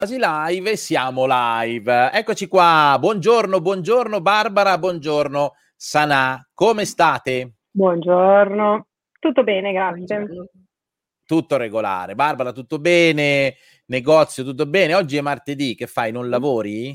Quasi live e siamo live. Eccoci qua. Buongiorno Barbara, buongiorno Sanà. Come state? Buongiorno, tutto bene, grazie. Buongiorno. Tutto regolare. Barbara, tutto bene? Negozio, tutto bene? Oggi è martedì, che fai? Non lavori?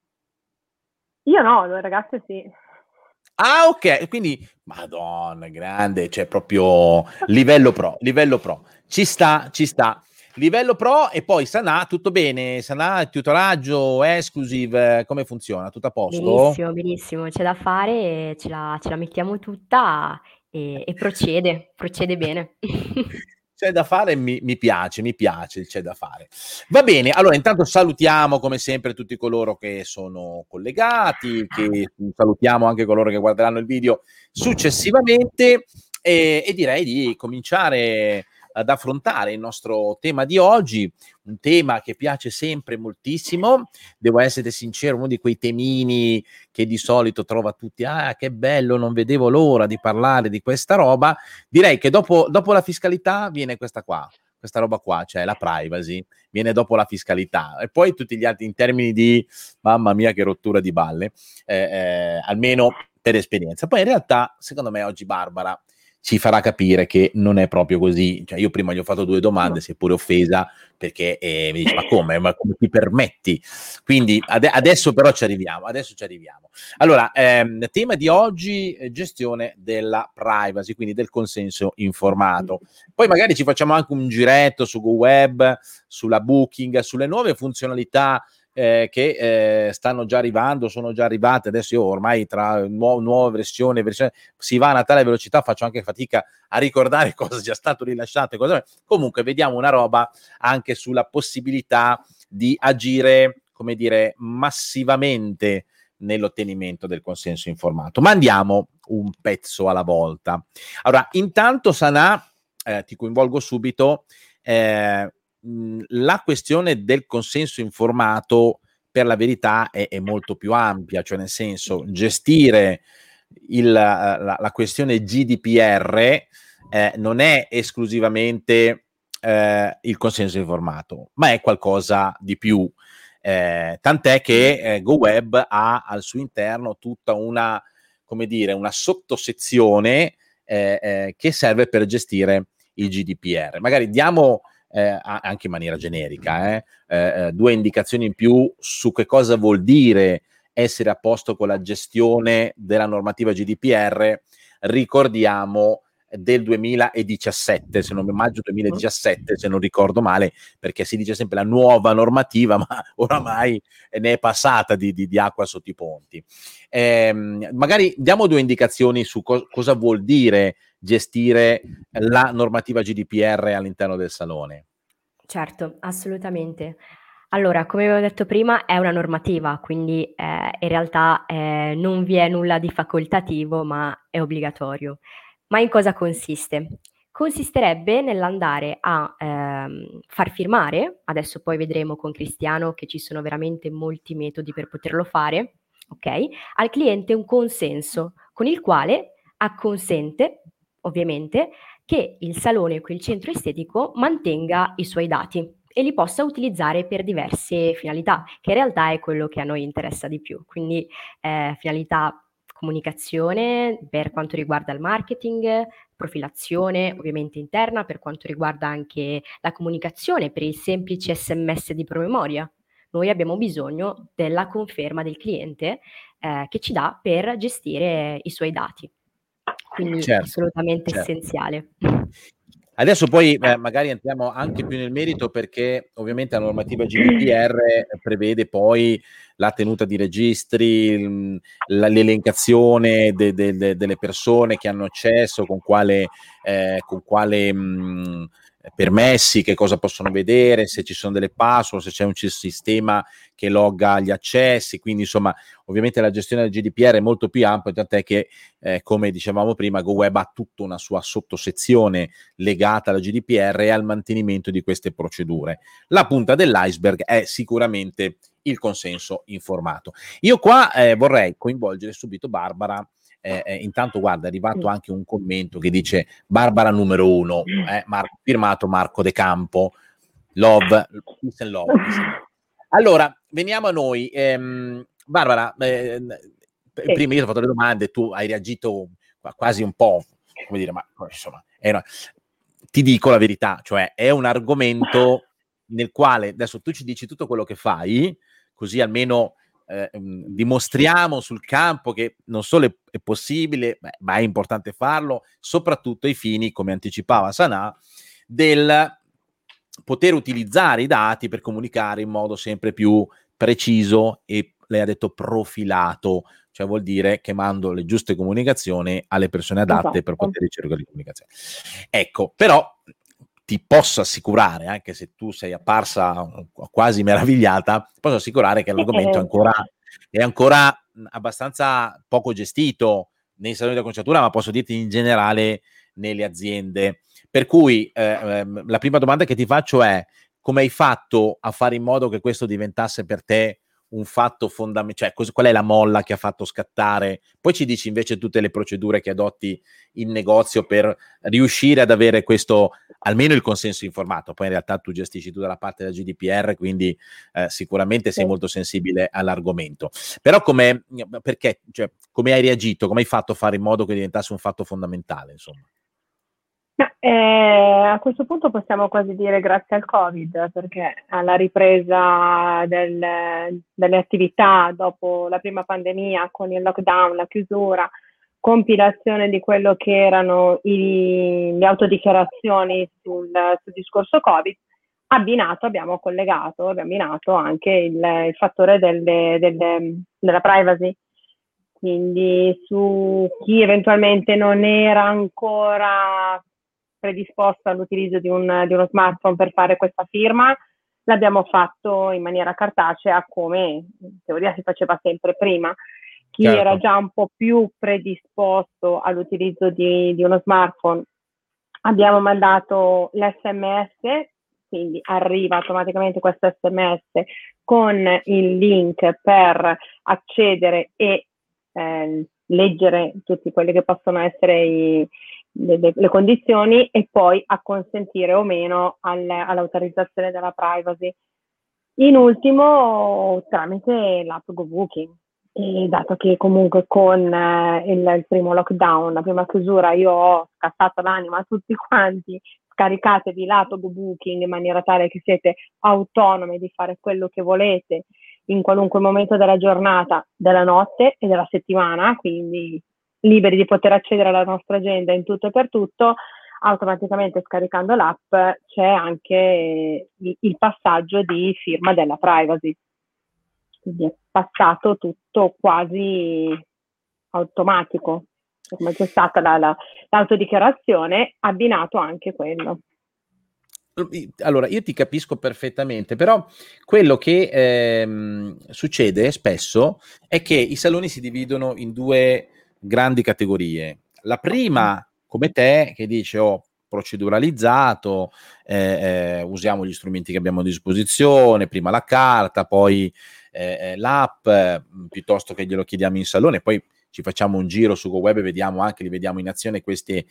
Io no, le ragazze sì. Ah, ok. Quindi, Madonna, grande, cioè proprio livello pro, livello pro. Ci sta, ci sta. Livello pro e poi Sanà, tutto bene? Sanà, tutoraggio, exclusive, come funziona? Tutto a posto? Benissimo, benissimo, c'è da fare, ce la mettiamo tutta e procede bene. C'è da fare, mi piace il c'è da fare. Va bene, allora intanto salutiamo come sempre tutti coloro che sono collegati, che salutiamo anche coloro che guarderanno il video successivamente e direi di cominciare ad affrontare il nostro tema di oggi, un tema che piace sempre moltissimo, devo essere sincero, uno di quei temini che di solito trova tutti, che bello, non vedevo l'ora di parlare di questa roba. Direi che dopo la fiscalità viene questa roba qua, cioè la privacy, viene dopo la fiscalità e poi tutti gli altri in termini di mamma mia che rottura di balle, almeno per esperienza. Poi in realtà, secondo me oggi Barbara ci farà capire che non è proprio così. Cioè, io prima gli ho fatto 2 domande, si è pure offesa perché mi dice ma come ti permetti? Quindi adesso però ci arriviamo. Allora, tema di oggi, gestione della privacy, quindi del consenso informato. Poi magari ci facciamo anche un giretto su GoWeb, sulla Booking, sulle nuove funzionalità che stanno già arrivando, sono già arrivate. Adesso io ormai tra nuove versioni si va a una tale velocità, faccio anche fatica a ricordare cosa è già stato rilasciato. Comunque vediamo una roba anche sulla possibilità di agire, come dire, massivamente nell'ottenimento del consenso informato. Ma andiamo un pezzo alla volta. Allora, intanto Sanà, ti coinvolgo subito, la questione del consenso informato per la verità è molto più ampia, cioè nel senso gestire la questione GDPR non è esclusivamente il consenso informato, ma è qualcosa di più. Tant'è che GoWeb ha al suo interno tutta una, come dire, una sottosezione che serve per gestire il GDPR. Magari diamo anche in maniera generica 2 indicazioni in più su che cosa vuol dire essere a posto con la gestione della normativa GDPR. Ricordiamo del 2017, se non maggio 2017, se non ricordo male, perché si dice sempre la nuova normativa, ma oramai ne è passata di acqua sotto i ponti. Magari diamo 2 indicazioni su cosa vuol dire gestire la normativa GDPR all'interno del salone. Certo, assolutamente. Allora, come avevo detto prima, è una normativa, quindi in realtà non vi è nulla di facoltativo, ma è obbligatorio. Ma in cosa consiste? Consisterebbe nell'andare a far firmare, adesso poi vedremo con Cristiano che ci sono veramente molti metodi per poterlo fare, ok? Al cliente un consenso con il quale acconsente, ovviamente, che il salone o che il centro estetico mantenga i suoi dati e li possa utilizzare per diverse finalità, che in realtà è quello che a noi interessa di più. Quindi finalità comunicazione per quanto riguarda il marketing, profilazione ovviamente interna per quanto riguarda anche la comunicazione per il semplice SMS di promemoria. Noi abbiamo bisogno della conferma del cliente che ci dà per gestire i suoi dati. Quindi assolutamente essenziale. Adesso poi magari entriamo anche più nel merito perché ovviamente la normativa GDPR prevede poi la tenuta di registri, l'elencazione delle persone che hanno accesso, con quale permessi, che cosa possono vedere, se ci sono delle password, se c'è un sistema che logga gli accessi. Quindi insomma ovviamente la gestione del GDPR è molto più ampia, tant'è che come dicevamo prima GoWeb ha tutta una sua sottosezione legata alla GDPR e al mantenimento di queste procedure. La punta dell'iceberg è sicuramente il consenso informato. Io qua vorrei coinvolgere subito Barbara. Intanto guarda, è arrivato anche un commento che dice Barbara numero 1, firmato Marco De Campo, love, peace and love. Allora, veniamo a noi. Barbara, Sì. prima io ti ho fatto le domande, tu hai reagito quasi un po', come dire, ma insomma, ti dico la verità, cioè è un argomento nel quale adesso tu ci dici tutto quello che fai, così almeno dimostriamo sul campo che non solo è possibile, ma è importante farlo, soprattutto ai fini, come anticipava Sanà, del poter utilizzare i dati per comunicare in modo sempre più preciso e, lei ha detto, profilato, cioè vuol dire che mando le giuste comunicazioni alle persone adatte per poter ricevere le comunicazioni. Ecco, però ti posso assicurare, anche se tu sei apparsa quasi meravigliata, posso assicurare che l'argomento è ancora abbastanza poco gestito nei saloni della conciatura, ma posso dirti in generale nelle aziende. Per cui la prima domanda che ti faccio è: come hai fatto a fare in modo che questo diventasse per te un fatto fondamentale? Cioè, qual è la molla che ha fatto scattare? Poi ci dici invece tutte le procedure che adotti in negozio per riuscire ad avere questo, almeno il consenso informato. Poi in realtà tu gestisci tutta la parte della GDPR, quindi sicuramente sei molto sensibile all'argomento. Però perché, cioè, come hai reagito? Come hai fatto a fare in modo che diventasse un fatto fondamentale, insomma? A questo punto possiamo quasi dire grazie al Covid, perché alla ripresa delle attività dopo la prima pandemia, con il lockdown, la chiusura, compilazione di quello che erano le autodichiarazioni sul discorso Covid, abbiamo abbinato anche il fattore della privacy. Quindi su chi eventualmente non era ancora predisposto all'utilizzo di uno smartphone per fare questa firma, l'abbiamo fatto in maniera cartacea, come in teoria si faceva sempre prima. Chi era già un po' più predisposto all'utilizzo di uno smartphone, abbiamo mandato l'SMS, quindi arriva automaticamente questo SMS con il link per accedere e leggere tutti quelli che possono essere le condizioni e poi a consentire o meno all'autorizzazione della privacy. In ultimo tramite l'app GoBooking, e dato che comunque con il primo lockdown, la prima chiusura, io ho scassato l'anima a tutti quanti: scaricatevi l'app GoBooking in maniera tale che siete autonome di fare quello che volete in qualunque momento della giornata, della notte e della settimana, quindi liberi di poter accedere alla nostra agenda in tutto e per tutto. Automaticamente scaricando l'app c'è anche il passaggio di firma della privacy, quindi è passato tutto quasi automatico, come c'è stata l'autodichiarazione, abbinato anche quello. Allora, io ti capisco perfettamente, però quello che succede spesso è che i saloni si dividono in due grandi categorie. La prima, come te, che dice: oh, proceduralizzato, usiamo gli strumenti che abbiamo a disposizione, prima la carta, poi l'app, piuttosto che glielo chiediamo in salone, poi ci facciamo un giro su GoWeb e li vediamo in azione questi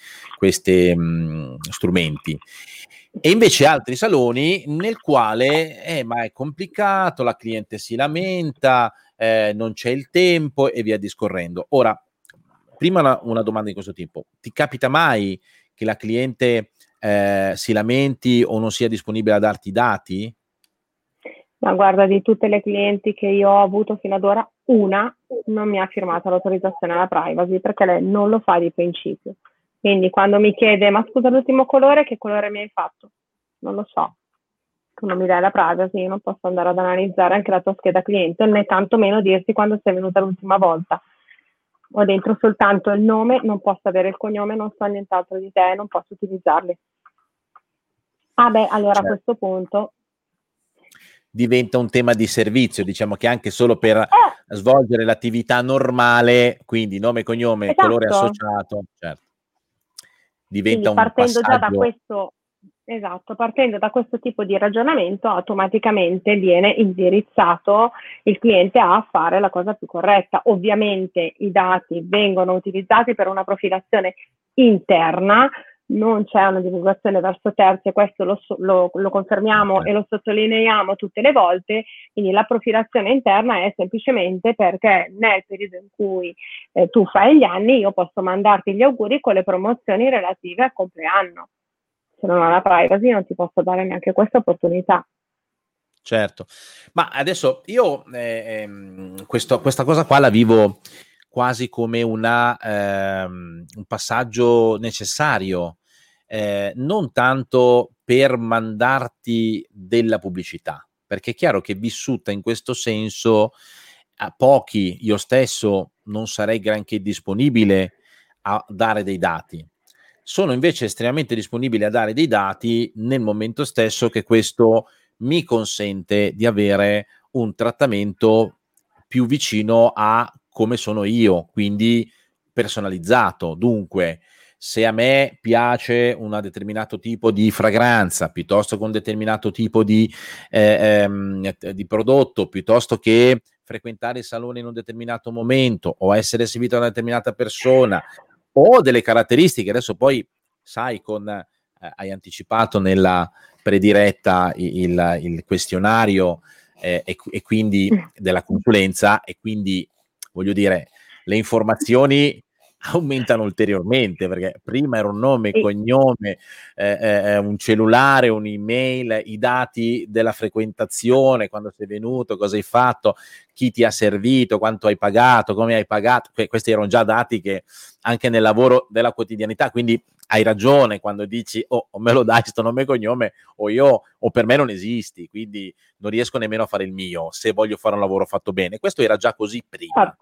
strumenti. E invece altri saloni nel quale ma è complicato, la cliente si lamenta, non c'è il tempo e via discorrendo. Ora, prima una domanda di questo tipo: ti capita mai che la cliente si lamenti o non sia disponibile a darti i dati? Ma guarda, di tutte le clienti che io ho avuto fino ad ora, una non mi ha firmato l'autorizzazione alla privacy, perché lei non lo fa di principio. Quindi quando mi chiede: ma scusa, l'ultimo colore, che colore mi hai fatto? Non lo so. Tu non mi dai la privacy, io non posso andare ad analizzare anche la tua scheda cliente, né tantomeno dirti quando sei venuta l'ultima volta. Ho dentro soltanto il nome, non posso avere il cognome, non so nient'altro di te, non posso utilizzarli. Ah beh, allora a questo punto diventa un tema di servizio, diciamo che anche solo per svolgere l'attività normale, quindi nome, cognome, esatto, colore associato, certo, diventa quindi partendo un passaggio. Già da questo, esatto, partendo da questo tipo di ragionamento, automaticamente viene indirizzato il cliente a fare la cosa più corretta. Ovviamente i dati vengono utilizzati per una profilazione interna, non c'è una divulgazione verso terzi, e questo lo confermiamo e lo sottolineiamo tutte le volte. Quindi la profilazione interna è semplicemente perché nel periodo in cui tu fai gli anni io posso mandarti gli auguri con le promozioni relative al compleanno. Se non ho la privacy non ti posso dare neanche questa opportunità. Certo, ma adesso io questa cosa qua la vivo quasi come un passaggio necessario, non tanto per mandarti della pubblicità, perché è chiaro che vissuta in questo senso a pochi, io stesso non sarei granché disponibile a dare dei dati. Sono invece estremamente disponibile a dare dei dati nel momento stesso che questo mi consente di avere un trattamento più vicino a come sono io, quindi personalizzato. Dunque, se a me piace un determinato tipo di fragranza, piuttosto che un determinato tipo di prodotto, piuttosto che frequentare il salone in un determinato momento o essere seguito da una determinata persona o delle caratteristiche, adesso poi sai, hai anticipato nella prediretta il questionario e quindi della consulenza, e quindi voglio dire le informazioni aumentano ulteriormente, perché prima era un nome, cognome, un cellulare, un'email, i dati della frequentazione, quando sei venuto, cosa hai fatto, chi ti ha servito, quanto hai pagato, come hai pagato. Questi erano già dati che anche nel lavoro della quotidianità, quindi hai ragione quando dici o me lo dai sto nome e cognome o per me non esisti, quindi non riesco nemmeno a fare il mio se voglio fare un lavoro fatto bene. Questo era già così prima.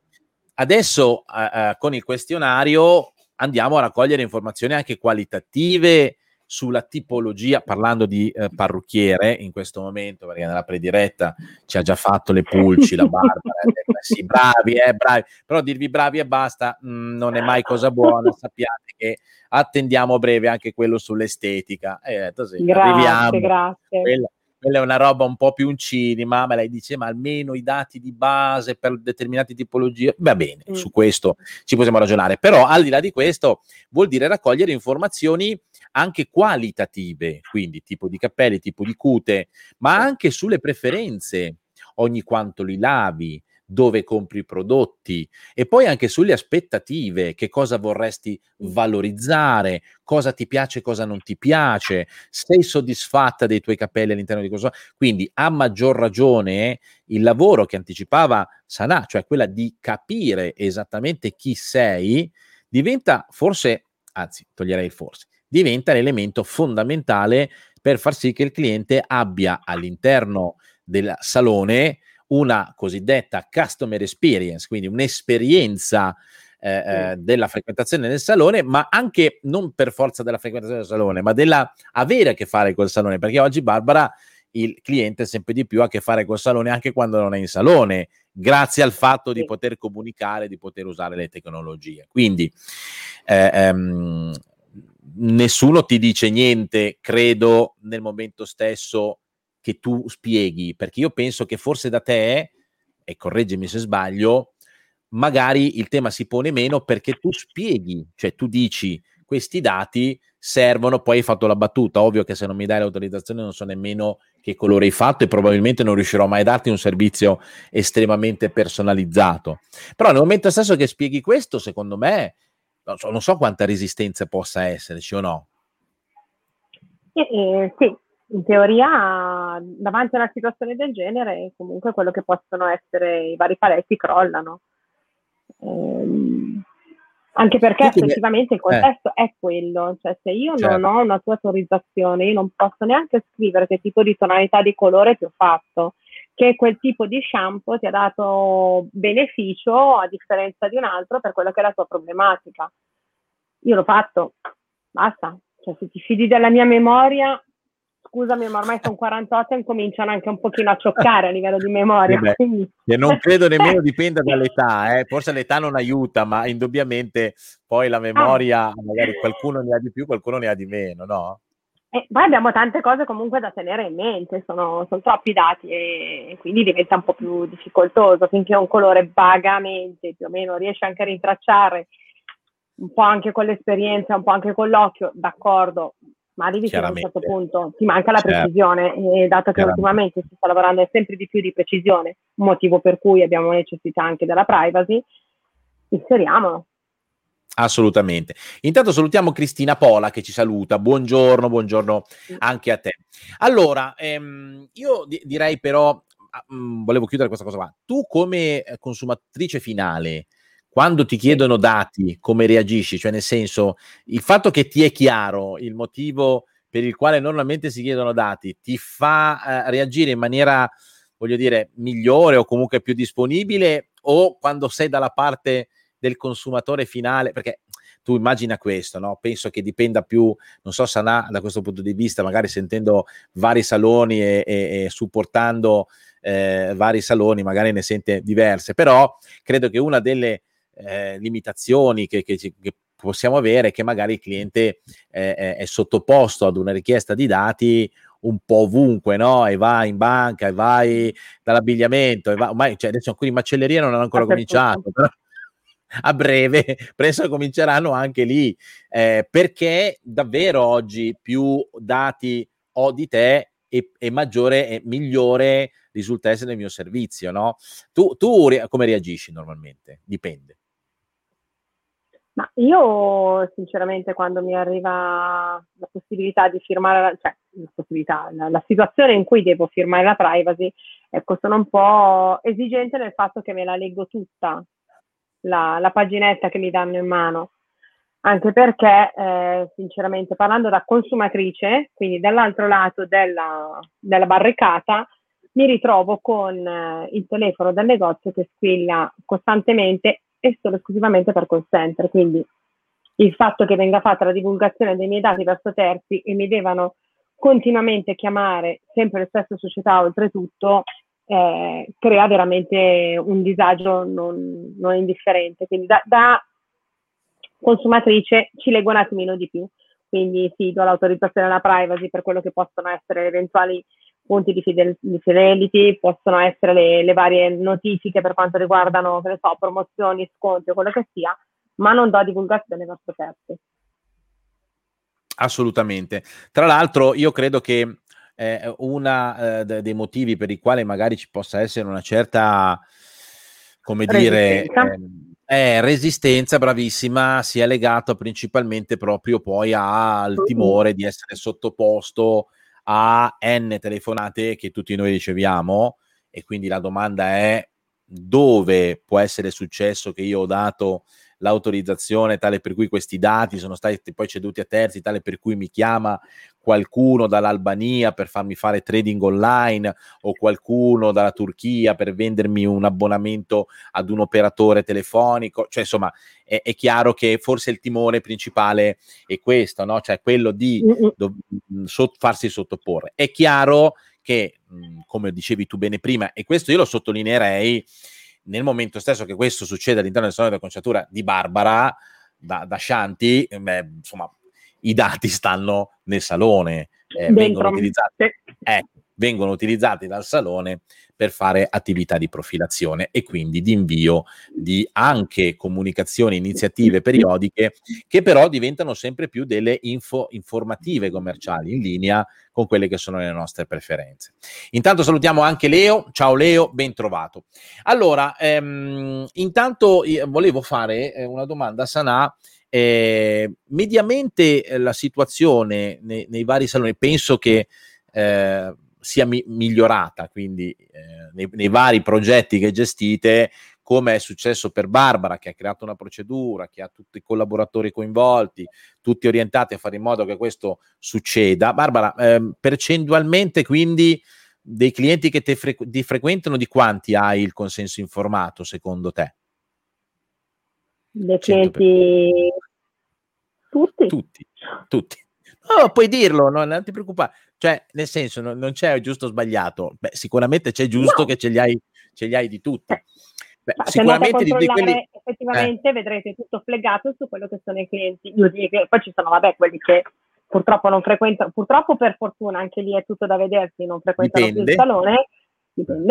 Adesso con il questionario andiamo a raccogliere informazioni anche qualitative sulla tipologia, parlando di parrucchiere in questo momento, perché nella prediretta ci ha già fatto le pulci, la Barbara, sì, bravi, però dirvi bravi e basta non è mai cosa buona, sappiate che attendiamo a breve anche quello sull'estetica. Detto, sì, arriviamo, grazie. Quella è una roba un po' più un cinema, ma lei dice ma almeno i dati di base per determinate tipologie, va bene, su questo ci possiamo ragionare, però al di là di questo vuol dire raccogliere informazioni anche qualitative, quindi tipo di capelli, tipo di cute, ma anche sulle preferenze, ogni quanto li lavi, dove compri i prodotti e poi anche sulle aspettative, che cosa vorresti valorizzare, cosa ti piace, cosa non ti piace, sei soddisfatta dei tuoi capelli all'interno di questo. Quindi a maggior ragione il lavoro che anticipava Sanà, cioè quella di capire esattamente chi sei, diventa forse, anzi toglierei il forse, diventa l'elemento fondamentale per far sì che il cliente abbia all'interno del salone una cosiddetta customer experience, quindi un'esperienza della frequentazione del salone, ma anche non per forza della frequentazione del salone, ma della avere a che fare col salone, perché oggi, Barbara, il cliente sempre di più ha a che fare col salone anche quando non è in salone, grazie al fatto di poter comunicare, di poter usare le tecnologie. Quindi nessuno ti dice niente, credo, nel momento stesso che tu spieghi, perché io penso che forse da te, e correggimi se sbaglio, magari il tema si pone meno perché tu spieghi, cioè tu dici questi dati servono, poi hai fatto la battuta, ovvio che se non mi dai l'autorizzazione non so nemmeno che colore hai fatto e probabilmente non riuscirò mai a darti un servizio estremamente personalizzato, però nel momento stesso che spieghi questo, secondo me, non so quanta resistenza possa esserci o no. Sì, in teoria davanti a una situazione del genere comunque quello che possono essere i vari paletti crollano, anche perché effettivamente il contesto è quello, cioè se io non ho una tua autorizzazione io non posso neanche scrivere che tipo di tonalità di colore ti ho fatto, che quel tipo di shampoo ti ha dato beneficio a differenza di un altro per quello che è la tua problematica. Io l'ho fatto, basta. Cioè, se ti fidi della mia memoria, scusami, ma ormai sono 48 e cominciano anche un pochino a cioccare a livello di memoria. Quindi... Che non credo nemmeno dipenda dall'età, forse l'età non aiuta, ma indubbiamente poi la memoria, magari qualcuno ne ha di più, qualcuno ne ha di meno, no? Poi abbiamo tante cose comunque da tenere in mente, sono troppi dati e quindi diventa un po' più difficoltoso finché un colore vagamente più o meno riesce anche a rintracciare un po' anche con l'esperienza, un po' anche con l'occhio, d'accordo, ma arrivi fino a un certo punto, ti manca la precisione, e dato che ultimamente si sta lavorando sempre di più di precisione, motivo per cui abbiamo necessità anche della privacy, inseriamolo. Assolutamente. Intanto salutiamo Cristina Pola che ci saluta. Buongiorno anche a te. Allora, io direi però, volevo chiudere questa cosa qua. Tu come consumatrice finale, quando ti chiedono dati, come reagisci? Cioè, nel senso, il fatto che ti è chiaro il motivo per il quale normalmente si chiedono dati, ti fa reagire in maniera, voglio dire, migliore o comunque più disponibile, o quando sei dalla parte del consumatore finale, perché tu immagina questo, no? Penso che dipenda più, non so, Sanà, da questo punto di vista, magari sentendo vari saloni e supportando vari saloni, magari ne sente diverse, però credo che una delle limitazioni che possiamo avere è che magari il cliente è sottoposto ad una richiesta di dati un po' ovunque, no? E vai in banca, e vai dall'abbigliamento, e va, ormai, cioè, adesso alcuni macellerie non hanno ancora cominciato, però a breve presto cominceranno anche lì, perché davvero oggi più dati ho di te e maggiore e migliore risulta essere il mio servizio, no? Tu come reagisci normalmente? Dipende. Ma io sinceramente, quando mi arriva la possibilità di firmare, cioè la situazione in cui devo firmare la privacy, ecco, sono un po' esigente nel fatto che me la leggo tutta la paginetta che mi danno in mano, anche perché sinceramente, parlando da consumatrice, quindi dall'altro lato della barricata, mi ritrovo con il telefono del negozio che squilla costantemente e solo esclusivamente per call center. Quindi il fatto che venga fatta la divulgazione dei miei dati verso terzi e mi devono continuamente chiamare sempre le stesse società, oltretutto, crea veramente un disagio non indifferente. Quindi da consumatrice ci leggo un attimino di più, quindi sì, do l'autorizzazione alla privacy per quello che possono essere eventuali punti di fidelity, possono essere le varie notifiche per quanto riguardano, che ne so, promozioni, sconti o quello che sia, ma non do divulgazione verso terzi. Assolutamente. Tra l'altro io credo che una dei motivi per i quali magari ci possa essere una certa, come dire, resistenza, bravissima, sia legato principalmente proprio poi al timore di essere sottoposto a N telefonate che tutti noi riceviamo, e quindi la domanda è: dove può essere successo che io ho dato l'autorizzazione tale per cui questi dati sono stati poi ceduti a terzi, tale per cui mi chiama qualcuno dall'Albania per farmi fare trading online, o qualcuno dalla Turchia per vendermi un abbonamento ad un operatore telefonico. Cioè, insomma, è chiaro che forse il timore principale è questo, no? Cioè quello di farsi sottoporre. È chiaro che, come dicevi tu bene prima, e questo io lo sottolineerei, nel momento stesso che questo succede all'interno del salone della conciatura di Barbara, da Shanti, insomma, i dati stanno nel salone, vengono utilizzati dal salone per fare attività di profilazione e quindi di invio di anche comunicazioni, iniziative periodiche, che però diventano sempre più delle informative commerciali in linea con quelle che sono le nostre preferenze. Intanto salutiamo anche Leo. Ciao Leo, ben trovato. Allora, intanto volevo fare una domanda a Sanà. Mediamente la situazione nei vari saloni penso che sia migliorata, quindi nei vari progetti che gestite, come è successo per Barbara, che ha creato una procedura, che ha tutti i collaboratori coinvolti, tutti orientati a fare in modo che questo succeda. Barbara, percentualmente quindi dei clienti che ti frequentano, di quanti hai il consenso informato secondo te? Dei clienti tutti. No, puoi dirlo, non ti preoccupare. Cioè, nel senso, non c'è giusto o sbagliato. Beh, sicuramente c'è giusto che ce li hai di tutti. Beh, sicuramente di quelli effettivamente vedrete tutto flegato su quello che sono i clienti. Poi ci sono, quelli che purtroppo non frequentano, purtroppo per fortuna anche lì è tutto da vedersi, non frequentano più il salone, dipende.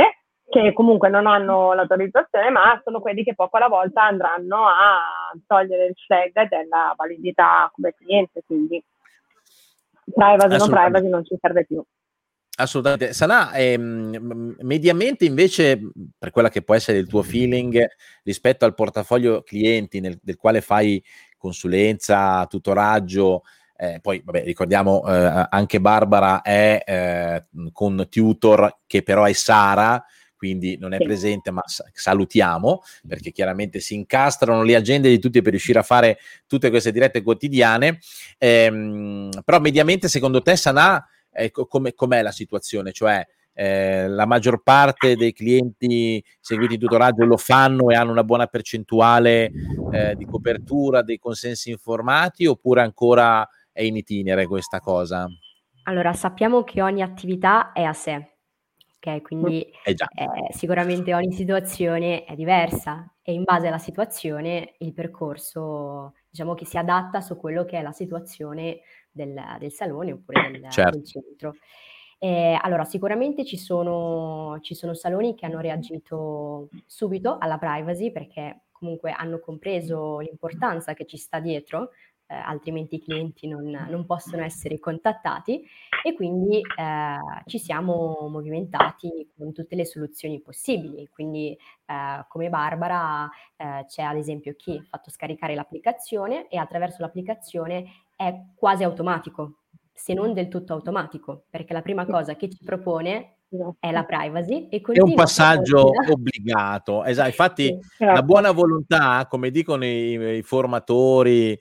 che comunque non hanno l'autorizzazione, ma sono quelli che poco alla volta andranno a togliere il flag della validità come cliente, quindi privacy o non Assolutamente. privacy non ci serve più. Assolutamente. Sanà, mediamente invece, per quella che può essere il tuo feeling rispetto al portafoglio clienti del quale fai consulenza, tutoraggio, poi vabbè, ricordiamo anche Barbara è con tutor che però è Sara, quindi non è presente, ma salutiamo, perché chiaramente si incastrano le agende di tutti per riuscire a fare tutte queste dirette quotidiane. Però mediamente secondo te, Sanà, com'è la situazione? Cioè, la maggior parte dei clienti seguiti in tutoraggio lo fanno e hanno una buona percentuale di copertura dei consensi informati, oppure ancora è in itinere questa cosa? Allora, sappiamo che ogni attività è a sé, ok? Quindi Già. sicuramente ogni situazione è diversa e in base alla situazione il percorso, diciamo che si adatta su quello che è la situazione del salone oppure del centro. Allora, sicuramente ci sono saloni che hanno reagito subito alla privacy perché comunque hanno compreso l'importanza che ci sta dietro, altrimenti i clienti non possono essere contattati, e quindi ci siamo movimentati con tutte le soluzioni possibili. Quindi come Barbara c'è ad esempio chi ha fatto scaricare l'applicazione e attraverso l'applicazione è quasi automatico, se non del tutto automatico, perché la prima cosa che ci propone è la privacy e È un continua a passaggio proporla. obbligato, infatti Sì, la certo. buona volontà, come dicono i formatori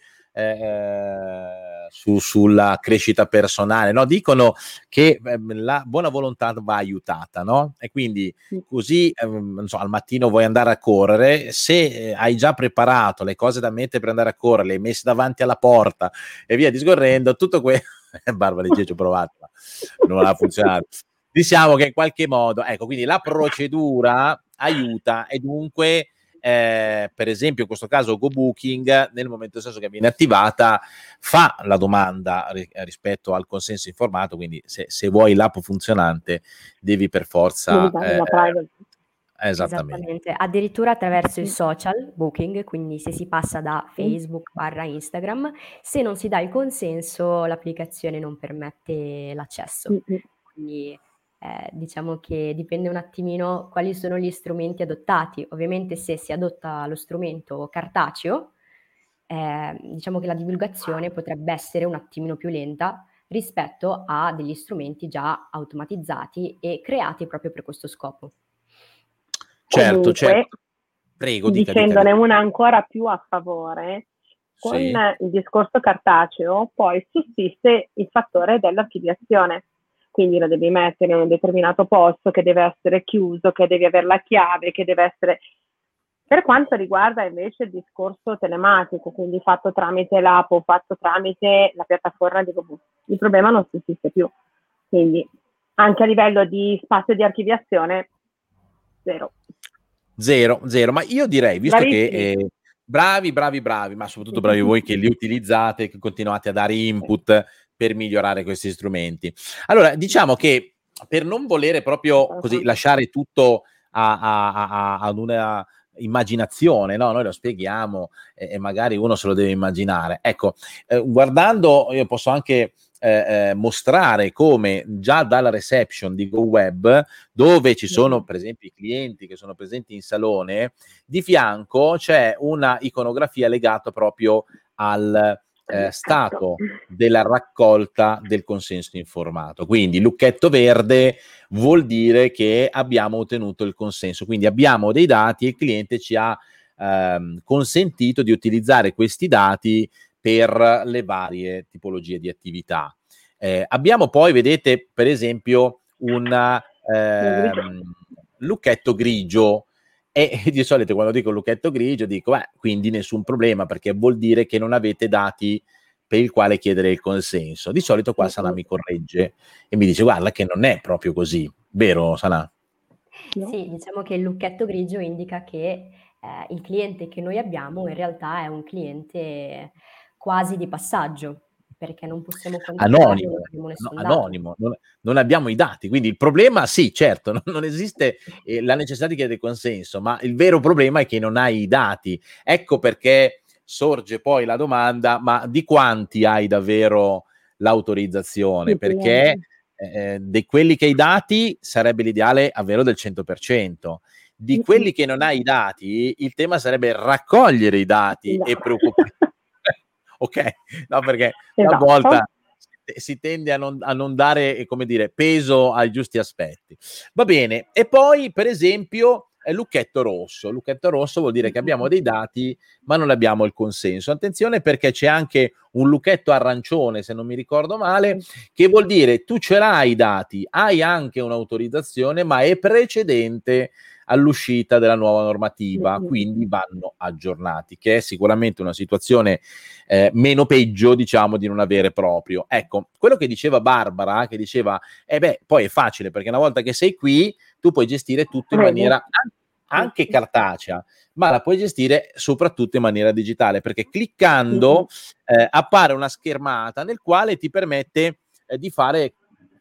sulla crescita personale, no? Dicono che la buona volontà va aiutata, no? E quindi così, non so, al mattino vuoi andare a correre, se hai già preparato le cose da mettere per andare a correre, le hai messe davanti alla porta e via discorrendo, tutto quello... Barbara dice, ci ho provato, ma non ha funzionato. Diciamo che in qualche modo, ecco, quindi la procedura aiuta e dunque, per esempio in questo caso GoBooking, nel momento stesso che viene attivata, fa la domanda rispetto al consenso informato, quindi se vuoi l'app funzionante devi per forza... Esattamente, addirittura attraverso il social booking, quindi se si passa da Facebook / Instagram, se non si dà il consenso l'applicazione non permette l'accesso. Quindi diciamo che dipende un attimino quali sono gli strumenti adottati. Ovviamente se si adotta lo strumento cartaceo, diciamo che la divulgazione potrebbe essere un attimino più lenta rispetto a degli strumenti già automatizzati e creati proprio per questo scopo. Certo, Comunque, prego, dicendone una ancora più a favore, con sì. il discorso cartaceo poi sussiste il fattore dell'archiviazione, quindi lo devi mettere in un determinato posto che deve essere chiuso, che devi avere la chiave, che deve essere... Per quanto riguarda invece il discorso telematico, quindi fatto tramite l'app o fatto tramite la piattaforma di GoBook, il problema non sussiste più. Quindi anche a livello di spazio di archiviazione, zero, ma io direi, visto che bravi, ma soprattutto bravi voi che li utilizzate, che continuate a dare input per migliorare questi strumenti. Allora, diciamo che per non volere proprio così lasciare tutto ad una immaginazione, no? Noi lo spieghiamo e magari uno se lo deve immaginare. Ecco, guardando, io posso anche mostrare come già dalla reception di GoWeb, dove ci sono per esempio i clienti che sono presenti in salone, di fianco c'è una iconografia legata proprio al stato della raccolta del consenso informato. Quindi lucchetto verde vuol dire che abbiamo ottenuto il consenso, quindi abbiamo dei dati e il cliente ci ha consentito di utilizzare questi dati per le varie tipologie di attività. Abbiamo poi, vedete, per esempio, un lucchetto grigio, e di solito quando dico lucchetto grigio dico quindi nessun problema, perché vuol dire che non avete dati per il quale chiedere il consenso. Di solito qua Sanà mi corregge e mi dice guarda che non è proprio così, vero Sanà? Sì, diciamo che il lucchetto grigio indica che il cliente che noi abbiamo in realtà è un cliente quasi di passaggio. perché non possiamo quantificare, non abbiamo nessun dato. Anonimo, non abbiamo i dati, quindi il problema sì, certo, non esiste la necessità di chiedere consenso, ma il vero problema è che non hai i dati. Ecco perché sorge poi la domanda: ma di quanti hai davvero l'autorizzazione? Perché di quelli che hai i dati sarebbe l'ideale averlo del 100%. Di quelli che non hai i dati, il tema sarebbe raccogliere i dati e preoccuparsi. Ok, no, perché talvolta si tende a non dare, come dire, peso ai giusti aspetti. Va bene, e poi per esempio lucchetto rosso. Lucchetto rosso vuol dire che abbiamo dei dati ma non abbiamo il consenso. Attenzione, perché c'è anche un lucchetto arancione, se non mi ricordo male, che vuol dire tu ce l'hai i dati, hai anche un'autorizzazione ma è precedente all'uscita della nuova normativa, quindi vanno aggiornati, che è sicuramente una situazione meno peggio, diciamo, di non avere proprio. Ecco, quello che diceva Barbara, che diceva, poi è facile, perché una volta che sei qui, tu puoi gestire tutto in maniera anche cartacea, ma la puoi gestire soprattutto in maniera digitale, perché cliccando appare una schermata nel quale ti permette di fare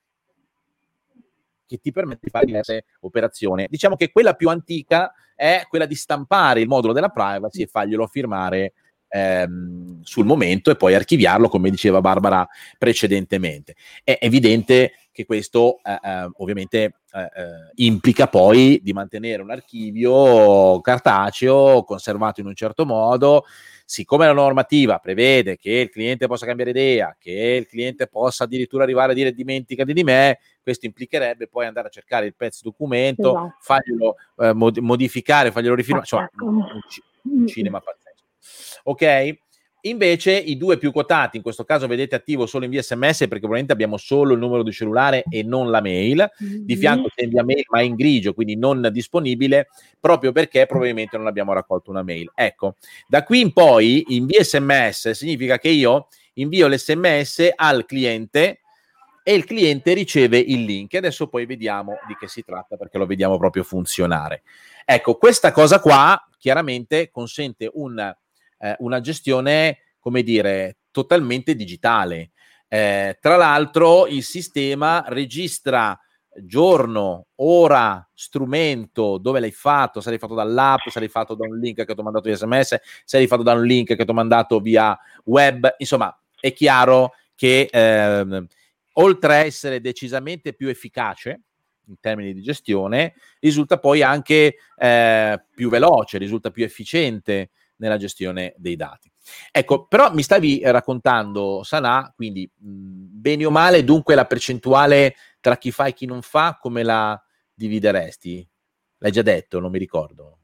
diverse operazioni. Diciamo che quella più antica è quella di stampare il modulo della privacy e farglielo firmare sul momento e poi archiviarlo, come diceva Barbara precedentemente. È evidente che questo ovviamente implica poi di mantenere un archivio cartaceo conservato in un certo modo. Siccome la normativa prevede che il cliente possa cambiare idea, che il cliente possa addirittura arrivare a dire dimenticati di me, questo implicherebbe poi andare a cercare il pezzo documento, farglielo modificare, farglielo rifirmare, insomma un cinema pazzesco. Ok? Invece i due più quotati, in questo caso vedete attivo solo in via SMS, perché probabilmente abbiamo solo il numero di cellulare e non la mail. Di fianco c'è in via mail, ma in grigio, quindi non disponibile, proprio perché probabilmente non abbiamo raccolto una mail. Ecco, da qui in poi in via SMS significa che io invio l'SMS al cliente e il cliente riceve il link. Adesso poi vediamo di che si tratta, perché lo vediamo proprio funzionare. Ecco, questa cosa qua chiaramente consente una gestione, come dire, totalmente digitale. Tra l'altro il sistema registra giorno, ora, strumento, dove l'hai fatto, se l'hai fatto dall'app, se l'hai fatto da un link che ti ho mandato via SMS, se l'hai fatto da un link che ti ho mandato via web. Insomma, è chiaro che oltre a essere decisamente più efficace in termini di gestione, risulta poi anche più veloce, risulta più efficiente nella gestione dei dati. Ecco, però mi stavi raccontando, Sanà, quindi bene o male, dunque la percentuale tra chi fa e chi non fa, come la divideresti? L'hai già detto, non mi ricordo.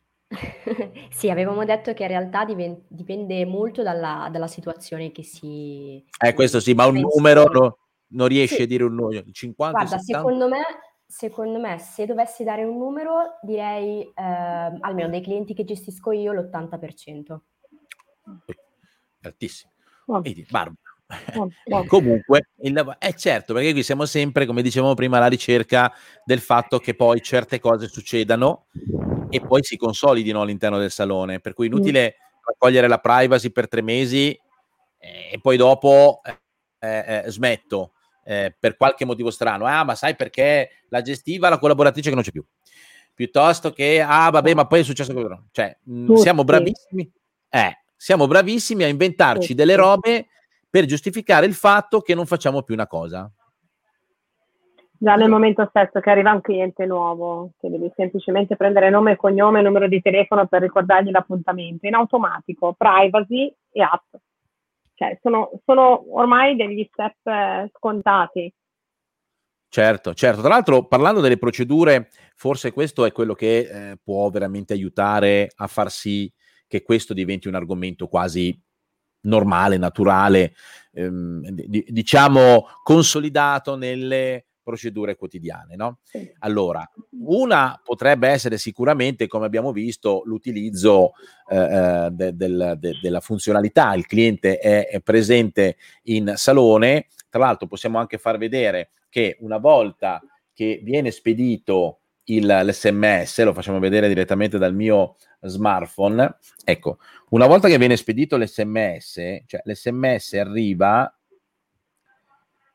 Sì, avevamo detto che in realtà dipende molto dalla situazione che si... Questo sì, ma un numero non riesci a dire un numero, il 50, Guarda, 70? secondo me, se dovessi dare un numero, direi, almeno dei clienti che gestisco io, l'80%. Altissimo. Vedi, Barbara. Comunque, certo, perché qui siamo sempre, come dicevamo prima, alla ricerca del fatto che poi certe cose succedano e poi si consolidino all'interno del salone, per cui inutile raccogliere la privacy per 3 mesi e poi dopo smetto per qualche motivo strano. Ma sai perché la gestiva la collaboratrice che non c'è più, piuttosto che vabbè, ma poi è successo quello. Cioè, siamo bravissimi a inventarci delle robe per giustificare il fatto che non facciamo più una cosa. Già nel momento stesso che arriva un cliente nuovo, che devi semplicemente prendere nome e cognome e numero di telefono per ricordargli l'appuntamento, in automatico, privacy e app. Cioè, sono ormai degli step scontati. Certo. Tra l'altro, parlando delle procedure, forse questo è quello che può veramente aiutare a far sì che questo diventi un argomento quasi normale, naturale, diciamo consolidato nelle procedure quotidiane, no? Allora, una potrebbe essere sicuramente, come abbiamo visto, l'utilizzo della funzionalità. Il cliente è presente in salone. Tra l'altro possiamo anche far vedere che una volta che viene spedito l'SMS, lo facciamo vedere direttamente dal mio smartphone. Ecco, una volta che viene spedito l'SMS, cioè l'SMS arriva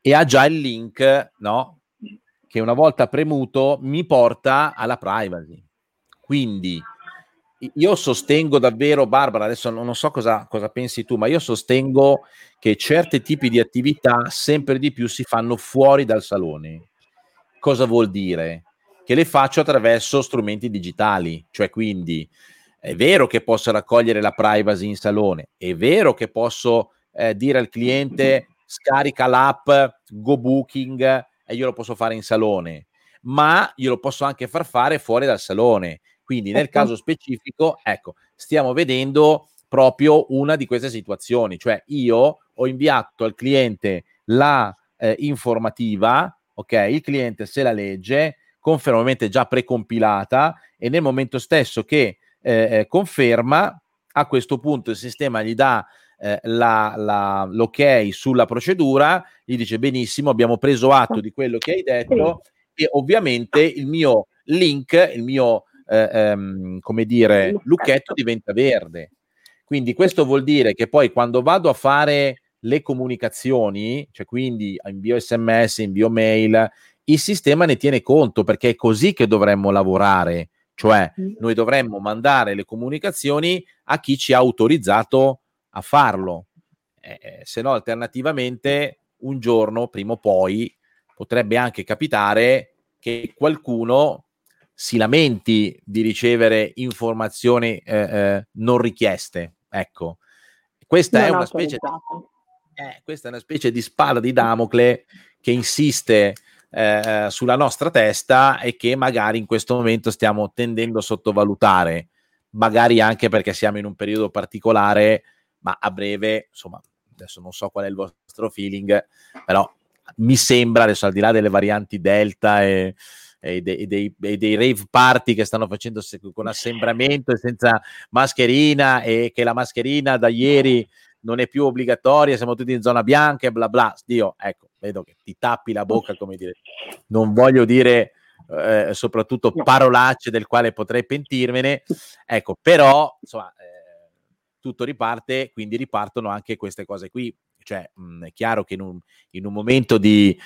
e ha già il link, no? Che una volta premuto mi porta alla privacy. Quindi io sostengo davvero, Barbara, adesso non so cosa pensi tu, ma io sostengo che certi tipi di attività sempre di più si fanno fuori dal salone. Cosa vuol dire? Che le faccio attraverso strumenti digitali, cioè quindi è vero che posso raccogliere la privacy in salone, è vero che posso dire al cliente scarica l'app GoBooking e io lo posso fare in salone, ma glielo posso anche far fare fuori dal salone. Quindi nel caso specifico, ecco, stiamo vedendo proprio una di queste situazioni, cioè io ho inviato al cliente la informativa, ok? Il cliente se la legge, confermamente già precompilata, e nel momento stesso che conferma, a questo punto il sistema gli dà l'ok sulla procedura, gli dice benissimo, abbiamo preso atto di quello che hai detto, e ovviamente il mio link, il mio come dire, lucchetto diventa verde. Quindi questo vuol dire che poi quando vado a fare le comunicazioni, cioè quindi invio SMS, invio mail, il sistema ne tiene conto, perché è così che dovremmo lavorare, cioè noi dovremmo mandare le comunicazioni a chi ci ha autorizzato a farlo, se no alternativamente un giorno, prima o poi, potrebbe anche capitare che qualcuno si lamenti di ricevere informazioni non richieste. Ecco, questa è una specie di spada di Damocle che insiste sulla nostra testa e che magari in questo momento stiamo tendendo a sottovalutare, magari anche perché siamo in un periodo particolare, ma a breve, insomma, adesso non so qual è il vostro feeling, però mi sembra, adesso al di là delle varianti Delta e dei rave party che stanno facendo con assembramento e senza mascherina, e che la mascherina da ieri non è più obbligatoria, siamo tutti in zona bianca e bla bla. Dio, ecco, vedo che ti tappi la bocca, come dire. Non voglio dire soprattutto parolacce del quale potrei pentirmene, ecco, però insomma tutto riparte, quindi ripartono anche queste cose qui. Cioè è chiaro che in un momento di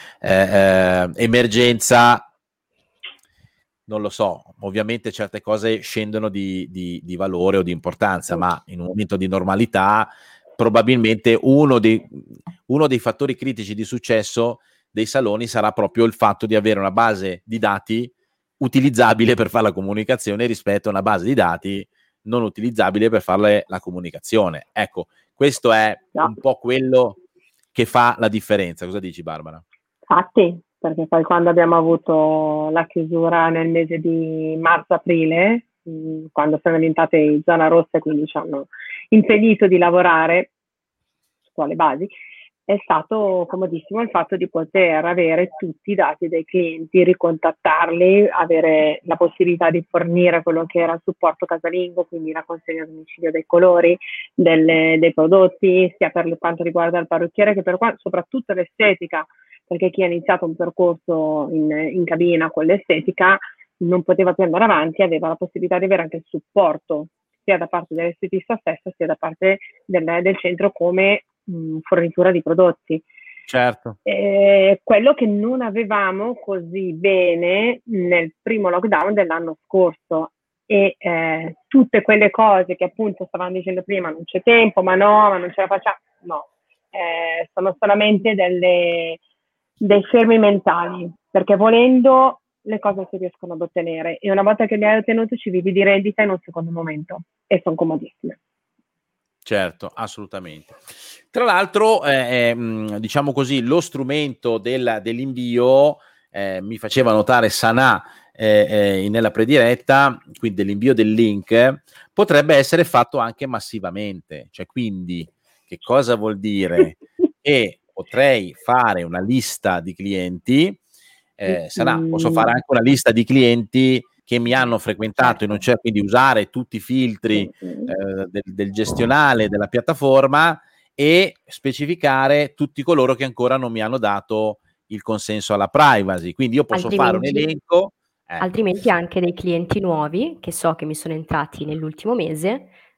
emergenza, non lo so, ovviamente certe cose scendono di valore o di importanza, ma in un momento di normalità probabilmente uno dei fattori critici di successo dei saloni sarà proprio il fatto di avere una base di dati utilizzabile per fare la comunicazione rispetto a una base di dati non utilizzabile per fare la comunicazione. Ecco, questo è un po' quello che fa la differenza. Cosa dici, Barbara? Infatti, perché poi quando abbiamo avuto la chiusura nel mese di marzo-aprile, quando siamo diventate in zona rossa e quindi ci hanno impedito di lavorare su quale basi, è stato comodissimo il fatto di poter avere tutti i dati dei clienti, ricontattarli, avere la possibilità di fornire quello che era il supporto casalingo, quindi la consegna a domicilio dei colori, dei prodotti, sia per quanto riguarda il parrucchiere che per soprattutto l'estetica, perché chi ha iniziato un percorso in cabina con l'estetica non poteva più andare avanti, aveva la possibilità di avere anche il supporto sia da parte dell'estetista stessa sia da parte del centro come fornitura di prodotti. Certo. Quello che non avevamo così bene nel primo lockdown dell'anno scorso, e tutte quelle cose che appunto stavamo dicendo prima, non c'è tempo, ma non ce la facciamo, no, sono solamente dei fermi mentali, perché volendo le cose si riescono ad ottenere, e una volta che le hai ottenute ci vivi di rendita in un secondo momento e sono comodissime. Certo, assolutamente. Tra l'altro, diciamo così, lo strumento dell'invio, mi faceva notare Sanà nella prediretta, quindi dell'invio del link, potrebbe essere fatto anche massivamente. Cioè, quindi, che cosa vuol dire? Che potrei fare una lista di clienti, Sanà, posso fare anche una lista di clienti che mi hanno frequentato, quindi usare tutti i filtri del gestionale della piattaforma e specificare tutti coloro che ancora non mi hanno dato il consenso alla privacy. Quindi io posso fare un elenco. Altrimenti anche dei clienti nuovi che so che mi sono entrati nell'ultimo mese,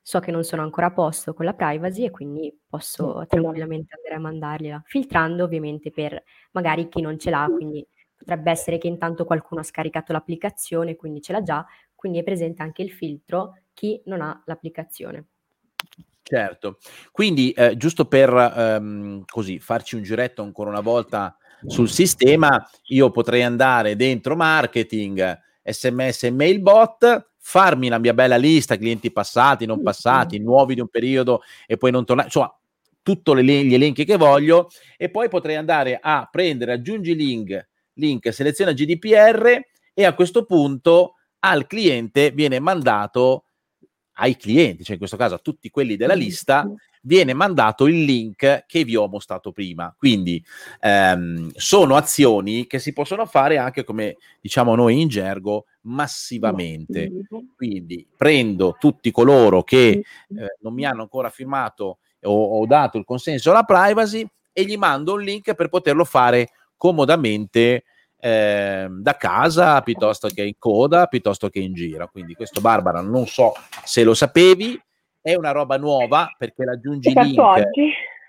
so che non sono ancora a posto con la privacy e quindi posso tranquillamente andare a mandargliela, filtrando ovviamente per magari chi non ce l'ha, quindi potrebbe essere che intanto qualcuno ha scaricato l'applicazione, quindi ce l'ha già, quindi è presente anche il filtro chi non ha l'applicazione. Certo, quindi giusto per così farci un giretto ancora una volta sul sistema, io potrei andare dentro marketing, SMS e mail bot, farmi la mia bella lista, clienti passati, non passati, nuovi di un periodo e poi non tornare, insomma, tutti gli elenchi che voglio, e poi potrei andare a prendere, aggiungi link, seleziona GDPR e a questo punto al cliente viene mandato, ai clienti, cioè in questo caso a tutti quelli della lista, viene mandato il link che vi ho mostrato prima. Quindi sono azioni che si possono fare anche, come diciamo noi in gergo, massivamente. Quindi prendo tutti coloro che non mi hanno ancora firmato o dato il consenso alla privacy e gli mando un link per poterlo fare comodamente da casa, piuttosto che in coda, piuttosto che in giro. Quindi questo, Barbara, non so se lo sapevi, è una roba nuova perché l'aggiungi link oggi.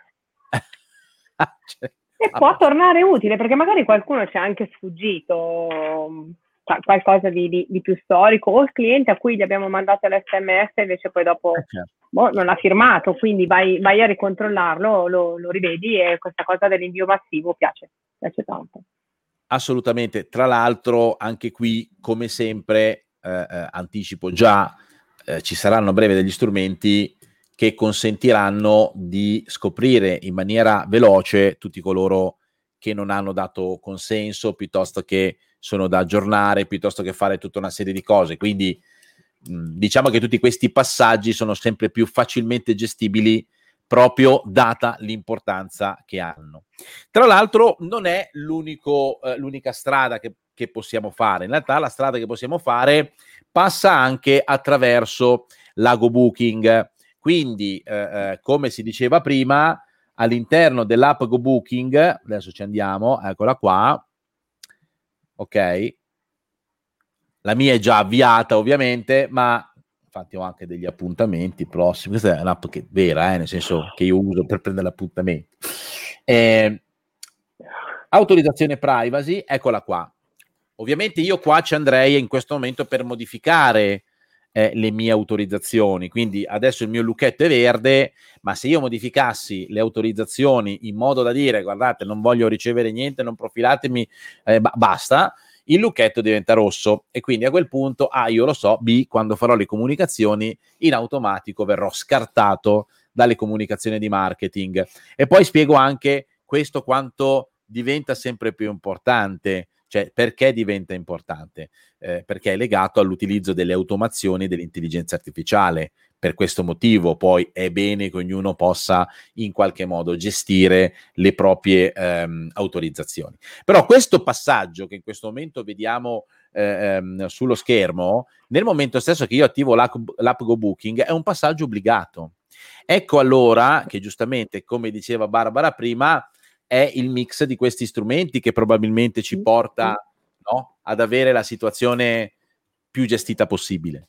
E può tornare utile, perché magari qualcuno ci è anche sfuggito qualcosa di più storico, o il cliente a cui gli abbiamo mandato l'SMS invece poi dopo non ha firmato, quindi vai a ricontrollarlo, lo rivedi, e questa cosa dell'invio massivo piace tanto. Assolutamente. Tra l'altro anche qui, come sempre, anticipo già, ci saranno a breve degli strumenti che consentiranno di scoprire in maniera veloce tutti coloro che non hanno dato consenso, piuttosto che sono da aggiornare, piuttosto che fare tutta una serie di cose. Quindi diciamo che tutti questi passaggi sono sempre più facilmente gestibili, proprio data l'importanza che hanno. Tra l'altro non è l'unica strada che possiamo fare. In realtà la strada che possiamo fare passa anche attraverso l'Ago Booking. Quindi, come si diceva prima, all'interno dell'app Go Booking, adesso ci andiamo, eccola qua, ok, la mia è già avviata ovviamente, ma infatti ho anche degli appuntamenti prossimi. Questa è un'app vera, nel senso che io uso per prendere l'appuntamento. Autorizzazione privacy, eccola qua. Ovviamente io qua ci andrei in questo momento per modificare le mie autorizzazioni, quindi adesso il mio lucchetto è verde, ma se io modificassi le autorizzazioni in modo da dire guardate, non voglio ricevere niente, non profilatemi, basta, il lucchetto diventa rosso, e quindi a quel punto io lo so, quando farò le comunicazioni in automatico verrò scartato dalle comunicazioni di marketing. E poi spiego anche questo quanto diventa sempre più importante. Cioè, perché diventa importante? Perché è legato all'utilizzo delle automazioni dell'intelligenza artificiale. Per questo motivo poi è bene che ognuno possa in qualche modo gestire le proprie autorizzazioni. Però questo passaggio che in questo momento vediamo sullo schermo, nel momento stesso che io attivo l'app Go Booking, è un passaggio obbligato. Ecco allora che, giustamente, come diceva Barbara prima, è il mix di questi strumenti che probabilmente ci porta, no, ad avere la situazione più gestita possibile,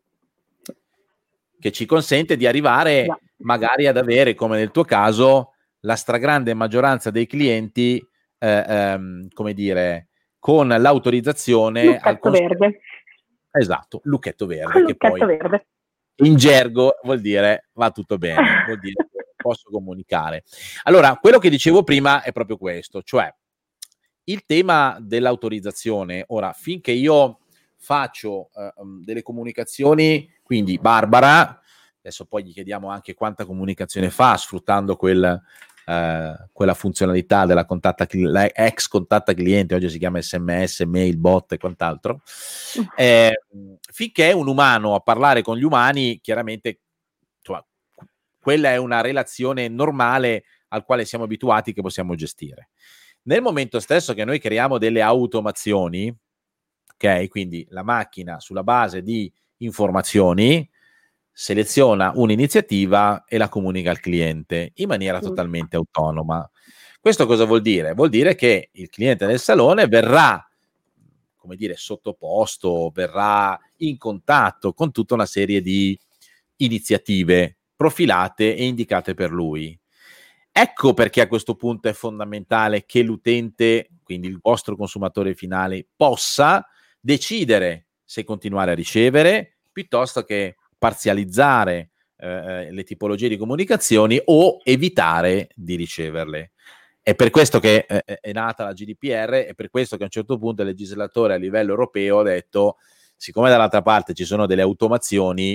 che ci consente di arrivare magari ad avere, come nel tuo caso, la stragrande maggioranza dei clienti, come dire, con l'autorizzazione al verde. Esatto, lucchetto verde, che poi verde. In gergo vuol dire va tutto bene, vuol dire che posso comunicare. Allora, quello che dicevo prima è proprio questo, cioè il tema dell'autorizzazione. Ora, finché io faccio delle comunicazioni, quindi Barbara, adesso poi gli chiediamo anche quanta comunicazione fa sfruttando quella funzionalità della ex contatta cliente, oggi si chiama SMS, mail, bot e quant'altro. Finché è un umano a parlare con gli umani, chiaramente quella è una relazione normale al quale siamo abituati, che possiamo gestire. Nel momento stesso che noi creiamo delle automazioni, ok, quindi la macchina sulla base di informazioni seleziona un'iniziativa e la comunica al cliente in maniera totalmente autonoma. Questo cosa vuol dire? Vuol dire che il cliente del salone verrà, come dire, sottoposto, verrà in contatto con tutta una serie di iniziative profilate e indicate per lui. Ecco perché a questo punto è fondamentale che l'utente, quindi il vostro consumatore finale, possa decidere se continuare a ricevere piuttosto che parzializzare le tipologie di comunicazioni o evitare di riceverle. È per questo che è nata la GDPR, è per questo che a un certo punto il legislatore a livello europeo ha detto, siccome dall'altra parte ci sono delle automazioni,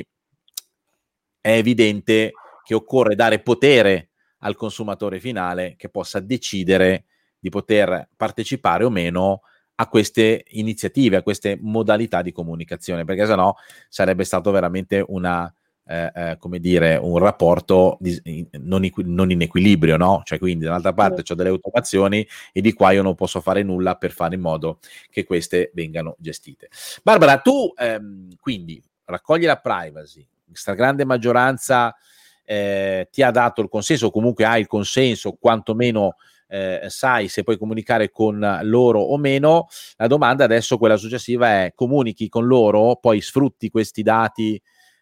è evidente che occorre dare potere al consumatore finale che possa decidere di poter partecipare o meno a queste iniziative, a queste modalità di comunicazione, perché sennò sarebbe stato veramente come dire, un rapporto non in equilibrio, no? Cioè, quindi dall'altra parte c'ho delle automazioni e di qua io non posso fare nulla per fare in modo che queste vengano gestite. Barbara, tu quindi raccogli la privacy, stragrande maggioranza ti ha dato il consenso, o comunque hai il consenso, quantomeno sai se puoi comunicare con loro o meno. La domanda adesso, quella successiva, è: comunichi con loro, poi sfrutti questi dati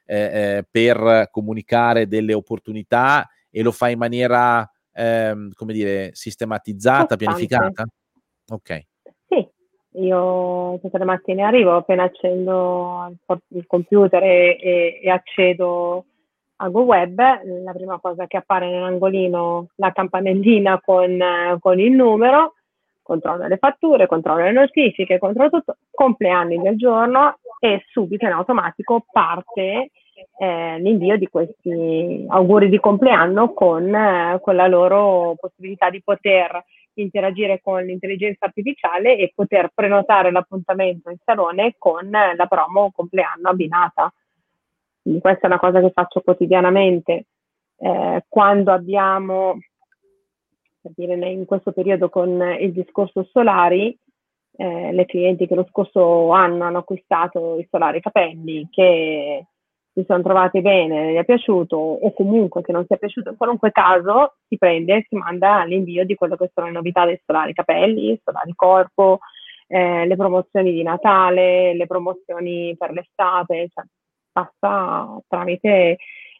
per comunicare delle opportunità e lo fai in maniera come dire, sistematizzata, pianificata? Ok. Sì, io tutte le mattine arrivo, appena accendo il computer e accedo a GoWeb, la prima cosa che appare nell'angolino, la campanellina con il numero, controllo le fatture, controllo le notifiche, controllo tutto, compleanni del giorno, e subito in automatico parte l'invio di questi auguri di compleanno con la loro possibilità di poter interagire con l'intelligenza artificiale e poter prenotare l'appuntamento in salone con la promo compleanno abbinata. Quindi questa è una cosa che faccio quotidianamente. Quando abbiamo, per dire, in questo periodo con il discorso solari, le clienti che lo scorso anno hanno acquistato i solari capelli, che si sono trovati bene, gli è piaciuto, o comunque che non sia piaciuto, in qualunque caso si prende e si manda l'invio di quello che sono le novità dei solari capelli, solari corpo, le promozioni di Natale, le promozioni per l'estate, cioè passa tramite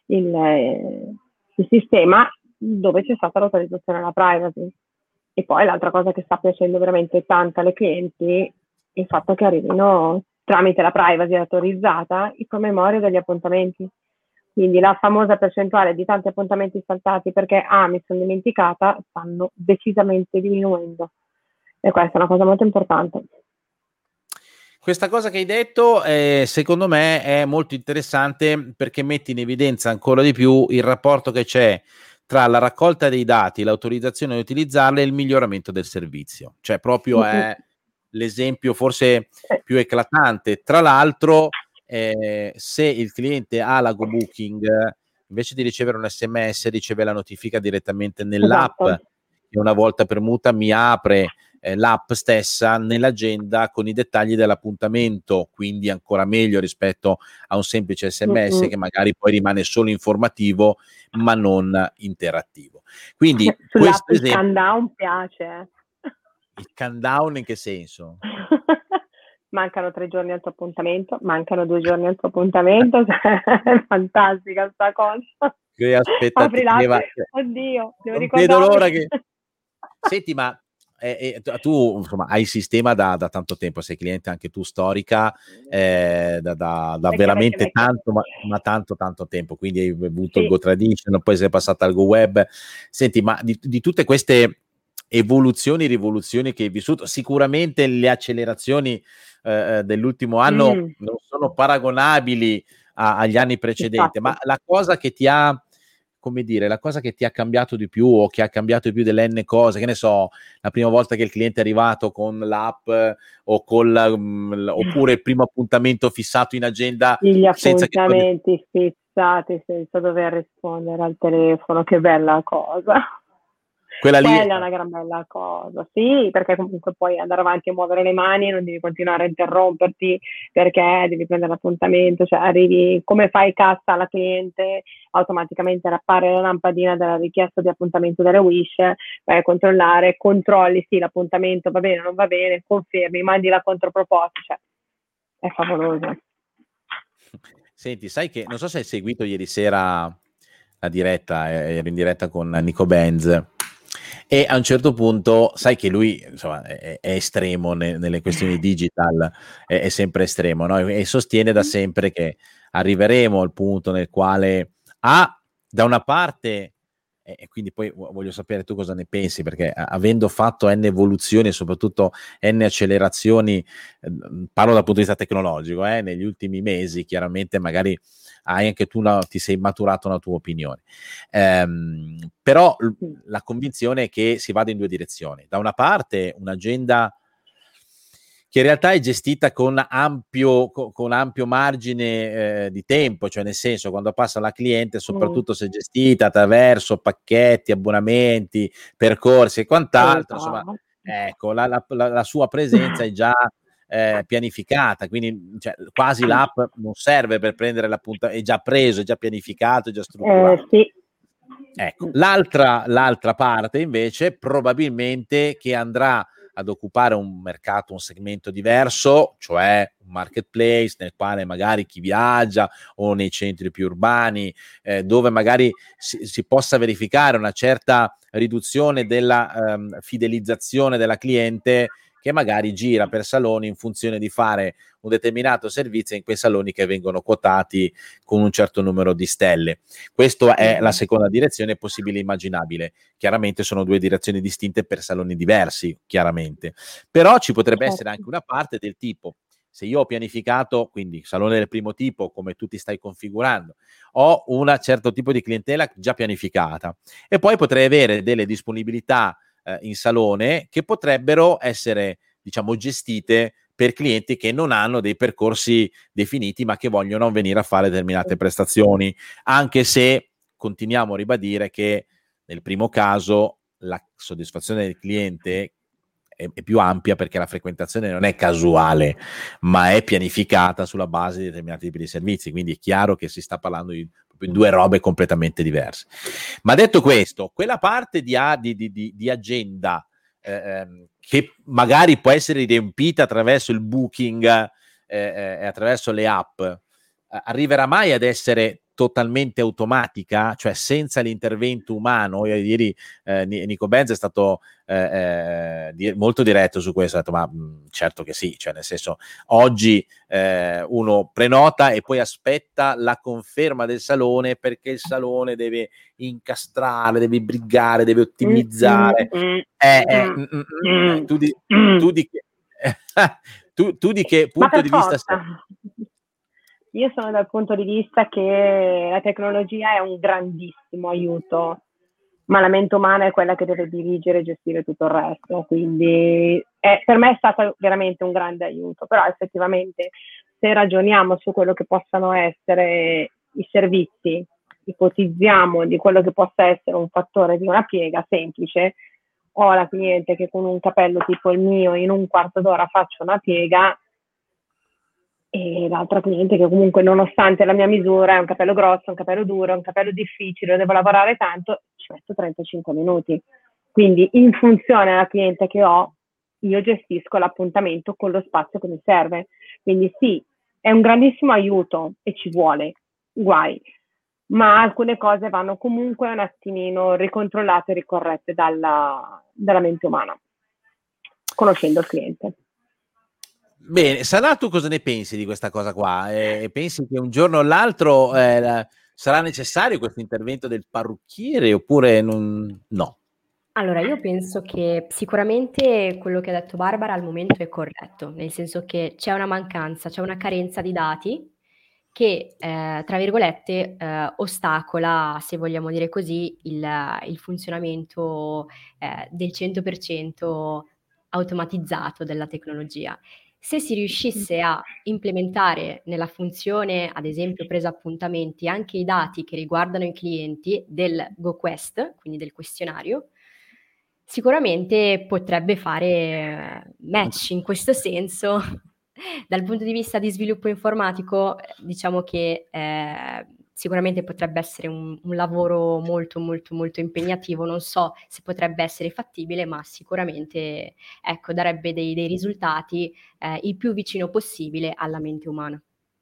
il sistema dove c'è stata l'autorizzazione alla privacy. E poi l'altra cosa che sta piacendo veramente tanto alle clienti è il fatto che arrivino tramite la privacy autorizzata i promemoria degli appuntamenti. Quindi la famosa percentuale di tanti appuntamenti saltati perché mi sono dimenticata, stanno decisamente diminuendo. E questa è una cosa molto importante. Questa cosa che hai detto, secondo me, è molto interessante perché mette in evidenza ancora di più il rapporto che c'è tra la raccolta dei dati, l'autorizzazione di utilizzarli e il miglioramento del servizio. Cioè, proprio è l'esempio forse più eclatante. Tra l'altro, se il cliente ha la GoBooking, invece di ricevere un SMS, riceve la notifica direttamente nell'app, e una volta premuta mi apre l'app stessa nell'agenda con i dettagli dell'appuntamento, quindi ancora meglio rispetto a un semplice SMS che magari poi rimane solo informativo ma non interattivo. Quindi sull'app il countdown piace. Il countdown in che senso? Mancano 3 giorni al tuo appuntamento, mancano 2 giorni al tuo appuntamento, è fantastica sta cosa. Che aspettativa. Oddio, devo non vedo l'ora che... ricordarmi. Senti, ma tu insomma hai il sistema da tanto tempo, sei cliente anche tu storica, da veramente tanto, ma tanto tempo, quindi hai avuto il Go Tradition, poi sei passata al Go Web. Senti, ma di tutte queste evoluzioni, rivoluzioni che hai vissuto, sicuramente le accelerazioni dell'ultimo anno non sono paragonabili agli anni precedenti, ma la cosa che ti ha, come dire, la cosa che ti ha cambiato di più o che ha cambiato di più delle N cose, che ne so, la prima volta che il cliente è arrivato con l'app o oppure il primo appuntamento fissato in agenda, gli appuntamenti fissati senza dover rispondere al telefono, che bella cosa. Quella è una gran bella cosa, sì, perché comunque puoi andare avanti e muovere le mani, non devi continuare a interromperti perché devi prendere l'appuntamento, cioè arrivi, come fai cassa alla cliente, automaticamente appare la lampadina della richiesta di appuntamento delle Wish, vai a controllare, controlli, sì, l'appuntamento va bene o non va bene, confermi, mandi la controproposta, cioè è favoloso. Senti, sai che non so se hai seguito ieri sera la diretta, ero in diretta con Nico Benz e a un certo punto sai che lui insomma è estremo nelle questioni digital, è sempre estremo, no? E sostiene da sempre che arriveremo al punto nel quale da una parte e quindi poi voglio sapere tu cosa ne pensi, perché avendo fatto n evoluzioni e soprattutto n accelerazioni, parlo dal punto di vista tecnologico, negli ultimi mesi, chiaramente magari hai anche tu ti sei maturato una tua opinione. Però la convinzione è che si vada in due direzioni. Da una parte un'agenda che in realtà è gestita con ampio margine di tempo, cioè nel senso quando passa la cliente, soprattutto se gestita attraverso pacchetti, abbonamenti, percorsi e quant'altro, insomma, ecco, la sua presenza è già pianificata, quindi cioè, quasi l'app non serve per prendere l'appuntamento, è già preso, è già pianificato, è già strutturato. Sì. Ecco, l'altra parte invece probabilmente che andrà ad occupare un mercato, un segmento diverso, cioè un marketplace nel quale magari chi viaggia o nei centri più urbani, dove magari si possa verificare una certa riduzione della fidelizzazione della cliente che magari gira per saloni in funzione di fare un determinato servizio in quei saloni che vengono quotati con un certo numero di stelle. Questa è la seconda direzione possibile e immaginabile. Chiaramente sono due direzioni distinte per saloni diversi, chiaramente. Però ci potrebbe essere anche una parte del tipo, se io ho pianificato, quindi salone del primo tipo, come tu ti stai configurando, ho un certo tipo di clientela già pianificata e poi potrei avere delle disponibilità in salone che potrebbero essere, diciamo, gestite per clienti che non hanno dei percorsi definiti ma che vogliono venire a fare determinate prestazioni, anche se continuiamo a ribadire che nel primo caso la soddisfazione del cliente è più ampia perché la frequentazione non è casuale, ma è pianificata sulla base di determinati tipi di servizi, quindi è chiaro che si sta parlando di due robe completamente diverse. Ma detto questo, quella parte di agenda che magari può essere riempita attraverso il booking e attraverso le app, arriverà mai ad essere totalmente automatica, cioè senza l'intervento umano? Ieri Nico Benz è stato molto diretto su questo, ha detto ma certo che sì, cioè nel senso oggi uno prenota e poi aspetta la conferma del salone perché il salone deve incastrare, deve brigare, deve ottimizzare. Tu di che punto di vista sei? Io sono dal punto di vista che la tecnologia è un grandissimo aiuto, ma la mente umana è quella che deve dirigere e gestire tutto il resto, quindi per me è stato veramente un grande aiuto, però effettivamente se ragioniamo su quello che possano essere i servizi, ipotizziamo di quello che possa essere un fattore di una piega semplice, ho la cliente che con un capello tipo il mio in un quarto d'ora faccio una piega e l'altra cliente che comunque nonostante la mia misura è un capello grosso, un capello duro, un capello difficile, devo lavorare tanto, ci metto 35 minuti. Quindi in funzione alla cliente che ho, io gestisco l'appuntamento con lo spazio che mi serve. Quindi sì, è un grandissimo aiuto e ci vuole, guai, ma alcune cose vanno comunque un attimino ricontrollate e ricorrette dalla mente umana, conoscendo il cliente. Bene, Sara, tu cosa ne pensi di questa cosa qua? Pensi che un giorno o l'altro sarà necessario questo intervento del parrucchiere oppure no? Allora, io penso che sicuramente quello che ha detto Barbara al momento è corretto, nel senso che c'è una mancanza, c'è una carenza di dati che, tra virgolette, ostacola, se vogliamo dire così, il funzionamento del 100% automatizzato della tecnologia. Se si riuscisse a implementare nella funzione, ad esempio, presa appuntamenti, anche i dati che riguardano i clienti del GoQuest, quindi del questionario, sicuramente potrebbe fare match in questo senso. Dal punto di vista di sviluppo informatico, diciamo che sicuramente potrebbe essere un lavoro molto, molto, molto impegnativo. Non so se potrebbe essere fattibile, ma sicuramente darebbe dei risultati il più vicino possibile alla mente umana.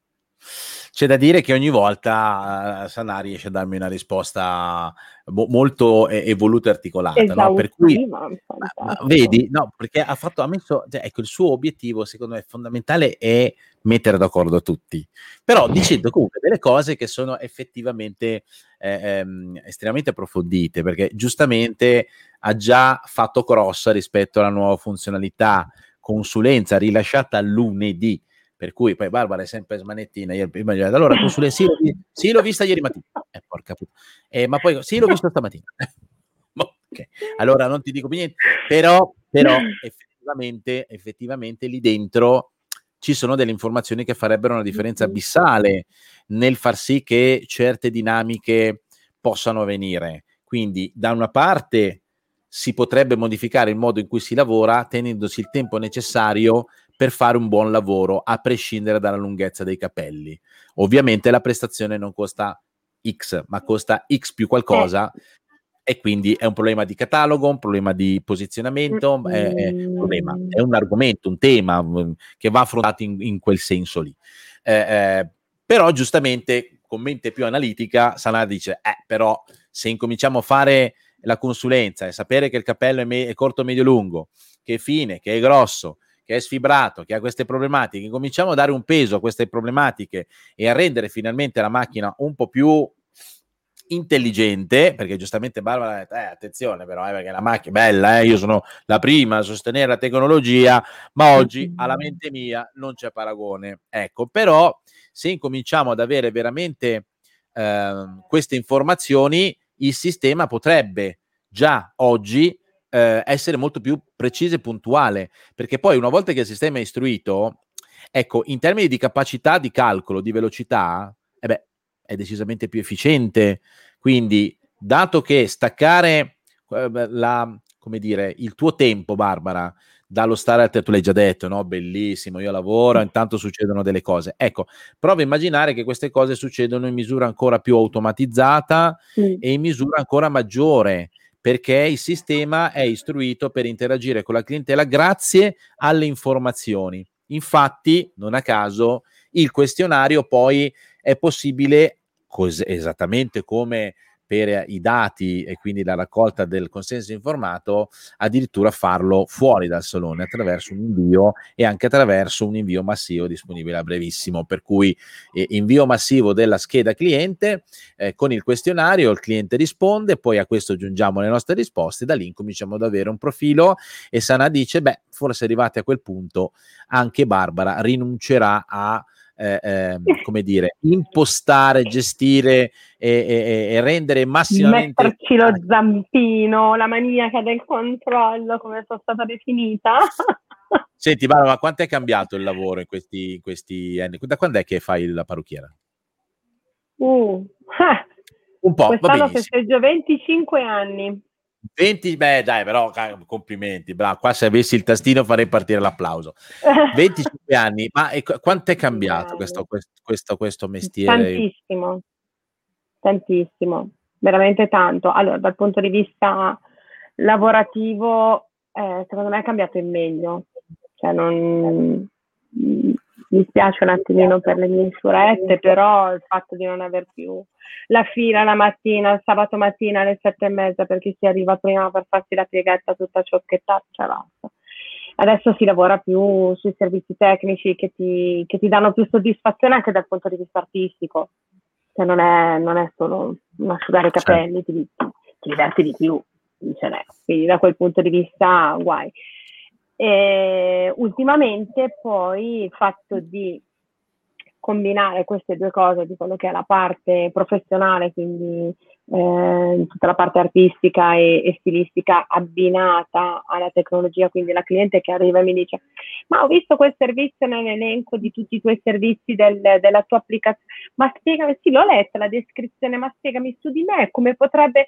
C'è da dire che ogni volta Sanà riesce a darmi una risposta molto evoluta e articolata, no? Per cui vedi, no, perché ha messo, cioè, ecco, il suo obiettivo, secondo me, fondamentale è mettere d'accordo tutti, però dicendo comunque delle cose che sono effettivamente estremamente approfondite, perché giustamente ha già fatto cross rispetto alla nuova funzionalità consulenza rilasciata lunedì, per cui poi Barbara è sempre smanettina. Io prima gli ho detto, allora consulenza, sì, l'ho vista ieri mattina, porca puttana, ma poi sì, l'ho visto stamattina. Okay. Allora non ti dico più niente, però effettivamente lì dentro ci sono delle informazioni che farebbero una differenza abissale nel far sì che certe dinamiche possano avvenire. Quindi da una parte si potrebbe modificare il modo in cui si lavora tenendosi il tempo necessario per fare un buon lavoro, a prescindere dalla lunghezza dei capelli. Ovviamente la prestazione non costa X, ma costa X più qualcosa, e quindi è un problema di catalogo, un problema di posizionamento, è un argomento, un tema che va affrontato in quel senso lì. Però giustamente, con mente più analitica, Sanà dice, però se incominciamo a fare la consulenza e sapere che il capello è corto, medio, lungo, che è fine, che è grosso, che è sfibrato, che ha queste problematiche, cominciamo a dare un peso a queste problematiche e a rendere finalmente la macchina un po' più intelligente, perché giustamente Barbara ha detto, attenzione però, perché la macchina è bella, io sono la prima a sostenere la tecnologia, ma oggi alla mente mia non c'è paragone. Ecco, però se incominciamo ad avere veramente queste informazioni, il sistema potrebbe già oggi essere molto più preciso e puntuale, perché poi una volta che il sistema è istruito, ecco, in termini di capacità di calcolo, di velocità, è decisamente più efficiente. Quindi, dato che staccare come dire, il tuo tempo, Barbara, dallo stare a te, tu l'hai già detto, no? Bellissimo, io lavoro, intanto succedono delle cose. Ecco, prova a immaginare che queste cose succedono in misura ancora più automatizzata e in misura ancora maggiore, perché il sistema è istruito per interagire con la clientela grazie alle informazioni. Infatti, non a caso, il questionario poi è possibile, esattamente come per i dati e quindi la raccolta del consenso informato, addirittura farlo fuori dal salone attraverso un invio e anche attraverso un invio massivo disponibile a brevissimo, per cui invio massivo della scheda cliente con il questionario, il cliente risponde, poi a questo aggiungiamo le nostre risposte, da lì cominciamo ad avere un profilo e Sanà dice, forse arrivati a quel punto anche Barbara rinuncerà a come dire, impostare, gestire e rendere massimamente metterci lo zampino, la maniaca del controllo, come sono stata definita. Senti, ma quanto è cambiato il lavoro in questi anni? Da quando è che fai la parrucchiera? Un po', quest'anno festeggio 25 anni. 20, dai, però complimenti, bravo. Qua se avessi il tastino farei partire l'applauso. 25 anni, ma quanto è cambiato questo mestiere? Tantissimo, veramente tanto. Allora, dal punto di vista lavorativo, secondo me è cambiato in meglio. Cioè, mi spiace un attimino per le mie surette, però il fatto di non aver più la fila la mattina, il sabato mattina alle 7:30 perché si arriva prima per farsi la pieghetta tutta ciocchettata, cioè basta. Adesso si lavora più sui servizi tecnici che ti danno più soddisfazione anche dal punto di vista artistico, cioè non è solo un asciugare i capelli, ti diverti di più, quindi da quel punto di vista guai. E ultimamente poi il fatto di combinare queste due cose, di quello che è la parte professionale, quindi tutta la parte artistica e stilistica abbinata alla tecnologia, quindi la cliente che arriva e mi dice ma ho visto quel servizio nell'elenco di tutti i tuoi servizi della tua applicazione, ma spiegami, sì l'ho letta la descrizione, ma spiegami su di me come potrebbe,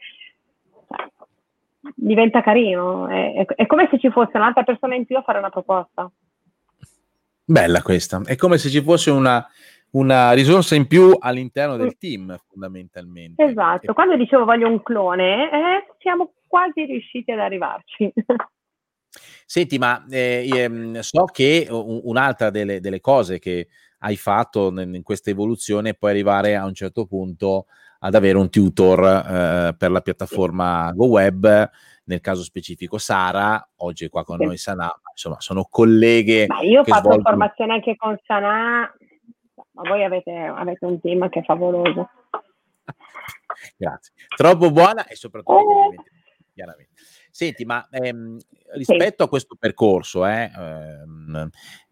diventa carino, è come se ci fosse un'altra persona in più a fare una proposta. Bella questa, è come se ci fosse una risorsa in più all'interno del team, fondamentalmente. Esatto, quando dicevo voglio un clone, siamo quasi riusciti ad arrivarci. Senti, ma so che un'altra delle cose che hai fatto in questa evoluzione e poi arrivare a un certo punto ad avere un tutor per la piattaforma GoWeb, nel caso specifico Sara, oggi è qua con noi Sanà, insomma sono colleghe io ho che fatto svolgono... formazione anche con Sanà, ma voi avete un team che è favoloso. Grazie, troppo buona e soprattutto i complimenti, chiaramente. Senti, ma rispetto a questo percorso, le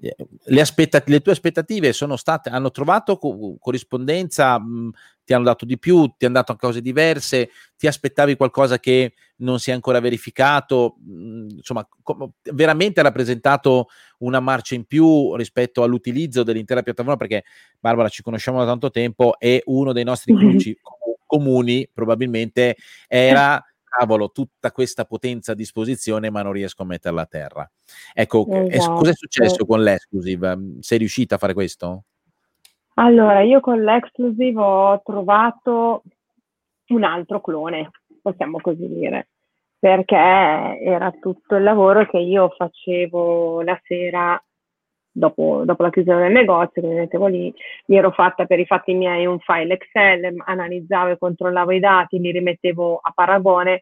tue aspettative sono state, hanno trovato corrispondenza? Ti hanno dato di più, ti hanno dato cose diverse, ti aspettavi qualcosa che non si è ancora verificato? Insomma, veramente ha rappresentato una marcia in più rispetto all'utilizzo dell'intera piattaforma, perché Barbara, ci conosciamo da tanto tempo e uno dei nostri cruci comuni probabilmente era: cavolo, tutta questa potenza a disposizione ma non riesco a metterla a terra. Ecco, cos'è successo con l'Exclusive? Sei riuscita a fare questo? Allora, io con l'Exclusive ho trovato un altro clone, possiamo così dire, perché era tutto il lavoro che io facevo la sera dopo la chiusura del negozio, che mi mettevo lì, mi ero fatta per i fatti miei un file Excel, analizzavo e controllavo i dati, li rimettevo a paragone.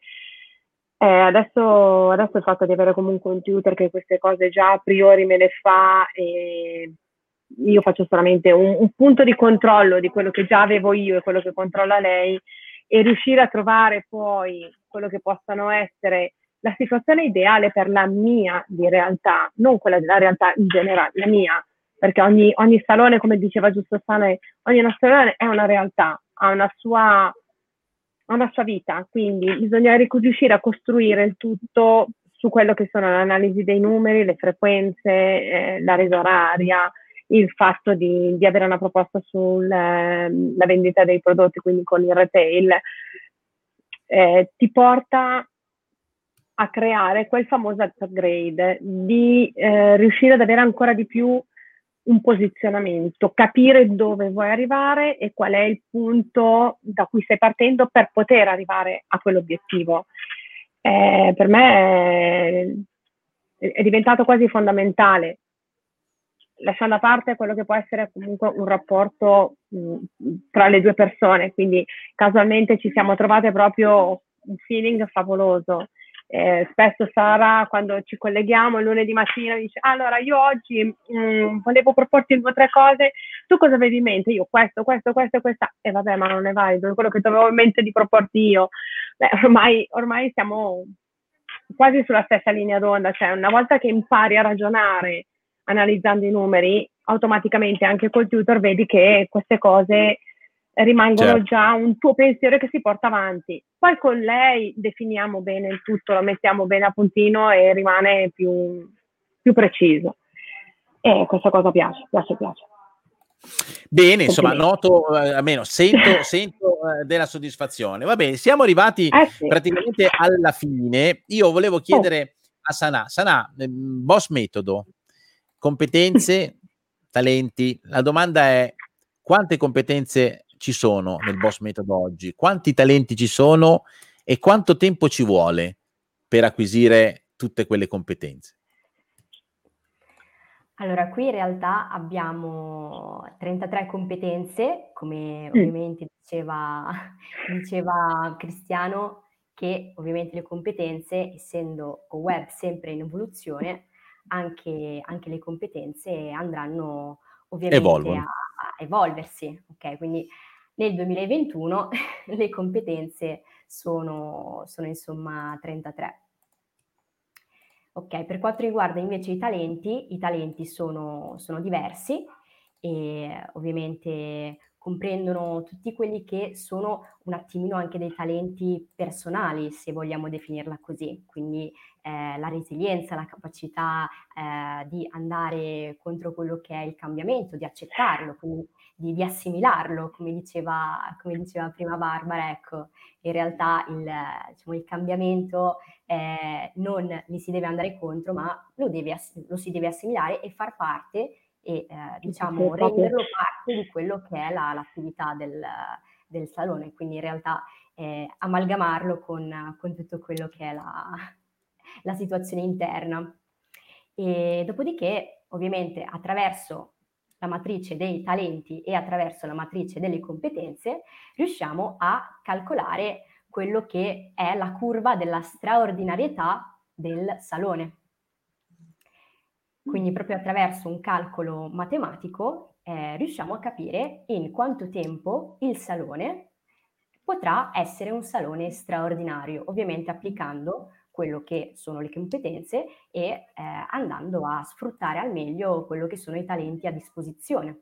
Adesso il fatto di avere comunque un tutor che queste cose già a priori me le fa, e io faccio solamente un punto di controllo di quello che già avevo io e quello che controlla lei, e riuscire a trovare poi quello che possano essere la situazione ideale per la mia di realtà, non quella della realtà in generale, la mia, perché ogni salone, come diceva giusto Sane, ogni salone è una realtà, ha una sua vita, quindi bisogna riuscire a costruire il tutto su quello che sono l'analisi dei numeri, le frequenze, la resa oraria, il fatto di avere una proposta sulla vendita dei prodotti, quindi con il retail, ti porta a creare quel famoso upgrade, di riuscire ad avere ancora di più un posizionamento, capire dove vuoi arrivare e qual è il punto da cui stai partendo per poter arrivare a quell'obiettivo. Per me è diventato quasi fondamentale, lasciando a parte quello che può essere comunque un rapporto tra le due persone, quindi casualmente ci siamo trovate proprio un feeling favoloso. Spesso Sara, quando ci colleghiamo il lunedì mattina, dice: allora io oggi volevo proporti 2 o 3 cose, tu cosa avevi in mente? Io questo e questa, e vabbè, ma non è valido quello che avevo in mente di proporti io. Ormai siamo quasi sulla stessa linea d'onda, cioè una volta che impari a ragionare analizzando i numeri, automaticamente anche col tutor vedi che queste cose rimangono già un tuo pensiero che si porta avanti. Poi con lei definiamo bene il tutto, lo mettiamo bene a puntino e rimane più preciso. E questa cosa piace. Bene, insomma, noto, almeno sento della soddisfazione. Va bene, siamo arrivati praticamente alla fine. Io volevo chiedere a Sanà, Boss Metodo, competenze, talenti. La domanda è: quante competenze ci sono nel Boss Metodo oggi? Quanti talenti ci sono e quanto tempo ci vuole per acquisire tutte quelle competenze? Allora, qui in realtà abbiamo 33 competenze, come ovviamente diceva Cristiano, che ovviamente le competenze, essendo web sempre in evoluzione, anche le competenze andranno ovviamente a evolversi, ok? Quindi nel 2021 le competenze sono insomma 33. Ok, per quanto riguarda invece i talenti sono diversi e ovviamente comprendono tutti quelli che sono un attimino anche dei talenti personali, se vogliamo definirla così, quindi la resilienza, la capacità di andare contro quello che è il cambiamento, di accettarlo, quindi di assimilarlo, come diceva prima Barbara, ecco, in realtà il cambiamento non gli si deve andare contro, ma lo si deve assimilare e far parte e renderlo parte di quello che è l'attività del salone, quindi in realtà amalgamarlo con tutto quello che è la situazione interna. E dopodiché, ovviamente, attraverso la matrice dei talenti e attraverso la matrice delle competenze riusciamo a calcolare quello che è la curva della straordinarietà del salone. Quindi proprio attraverso un calcolo matematico riusciamo a capire in quanto tempo il salone potrà essere un salone straordinario, ovviamente applicando quello che sono le competenze e andando a sfruttare al meglio quello che sono i talenti a disposizione.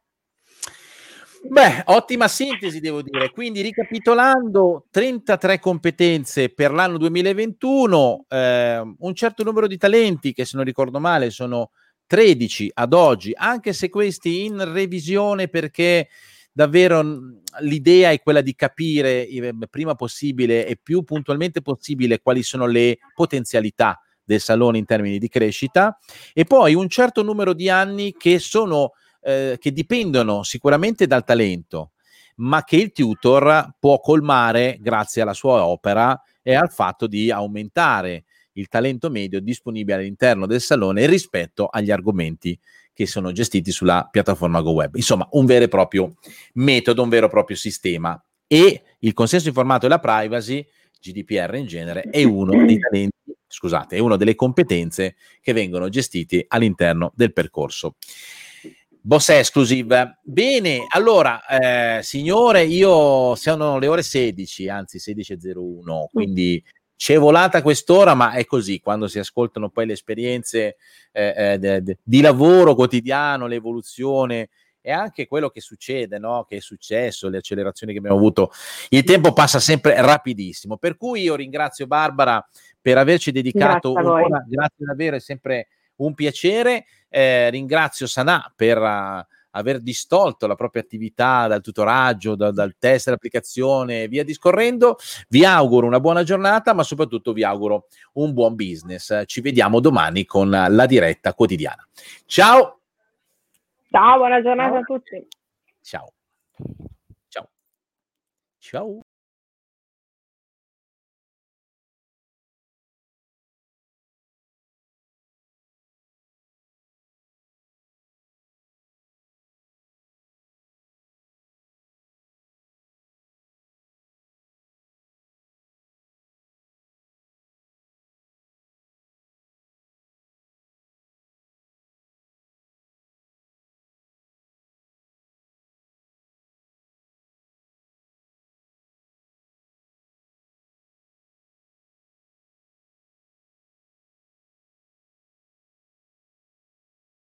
Beh, ottima sintesi devo dire. Quindi ricapitolando, 33 competenze per l'anno 2021, un certo numero di talenti che, se non ricordo male, sono 13 ad oggi, anche se questi in revisione, perché davvero l'idea è quella di capire prima possibile e più puntualmente possibile quali sono le potenzialità del salone in termini di crescita, e poi un certo numero di anni che sono che dipendono sicuramente dal talento, ma che il tutor può colmare grazie alla sua opera e al fatto di aumentare il talento medio disponibile all'interno del salone rispetto agli argomenti che sono gestiti sulla piattaforma GoWeb. Insomma, un vero e proprio metodo, un vero e proprio sistema. E il consenso informato e la privacy, GDPR in genere, è uno dei talenti, scusate, è una delle competenze che vengono gestiti all'interno del percorso Boss Exclusive. Bene, allora, signore, sono le ore 16, anzi 16:01, quindi c'è volata quest'ora, ma è così, quando si ascoltano poi le esperienze di lavoro quotidiano, l'evoluzione e anche quello che succede, no? Che è successo, le accelerazioni che abbiamo avuto, il tempo passa sempre rapidissimo, per cui io ringrazio Barbara per averci dedicato un'ora, grazie davvero, è sempre un piacere. Ringrazio Sanà per aver distolto la propria attività dal tutoraggio, dal test, dall'applicazione, via discorrendo. Vi auguro una buona giornata, ma soprattutto vi auguro un buon business. Ci vediamo domani con la diretta quotidiana. Ciao! Ciao, buona giornata a tutti. Ciao. Ciao. Ciao.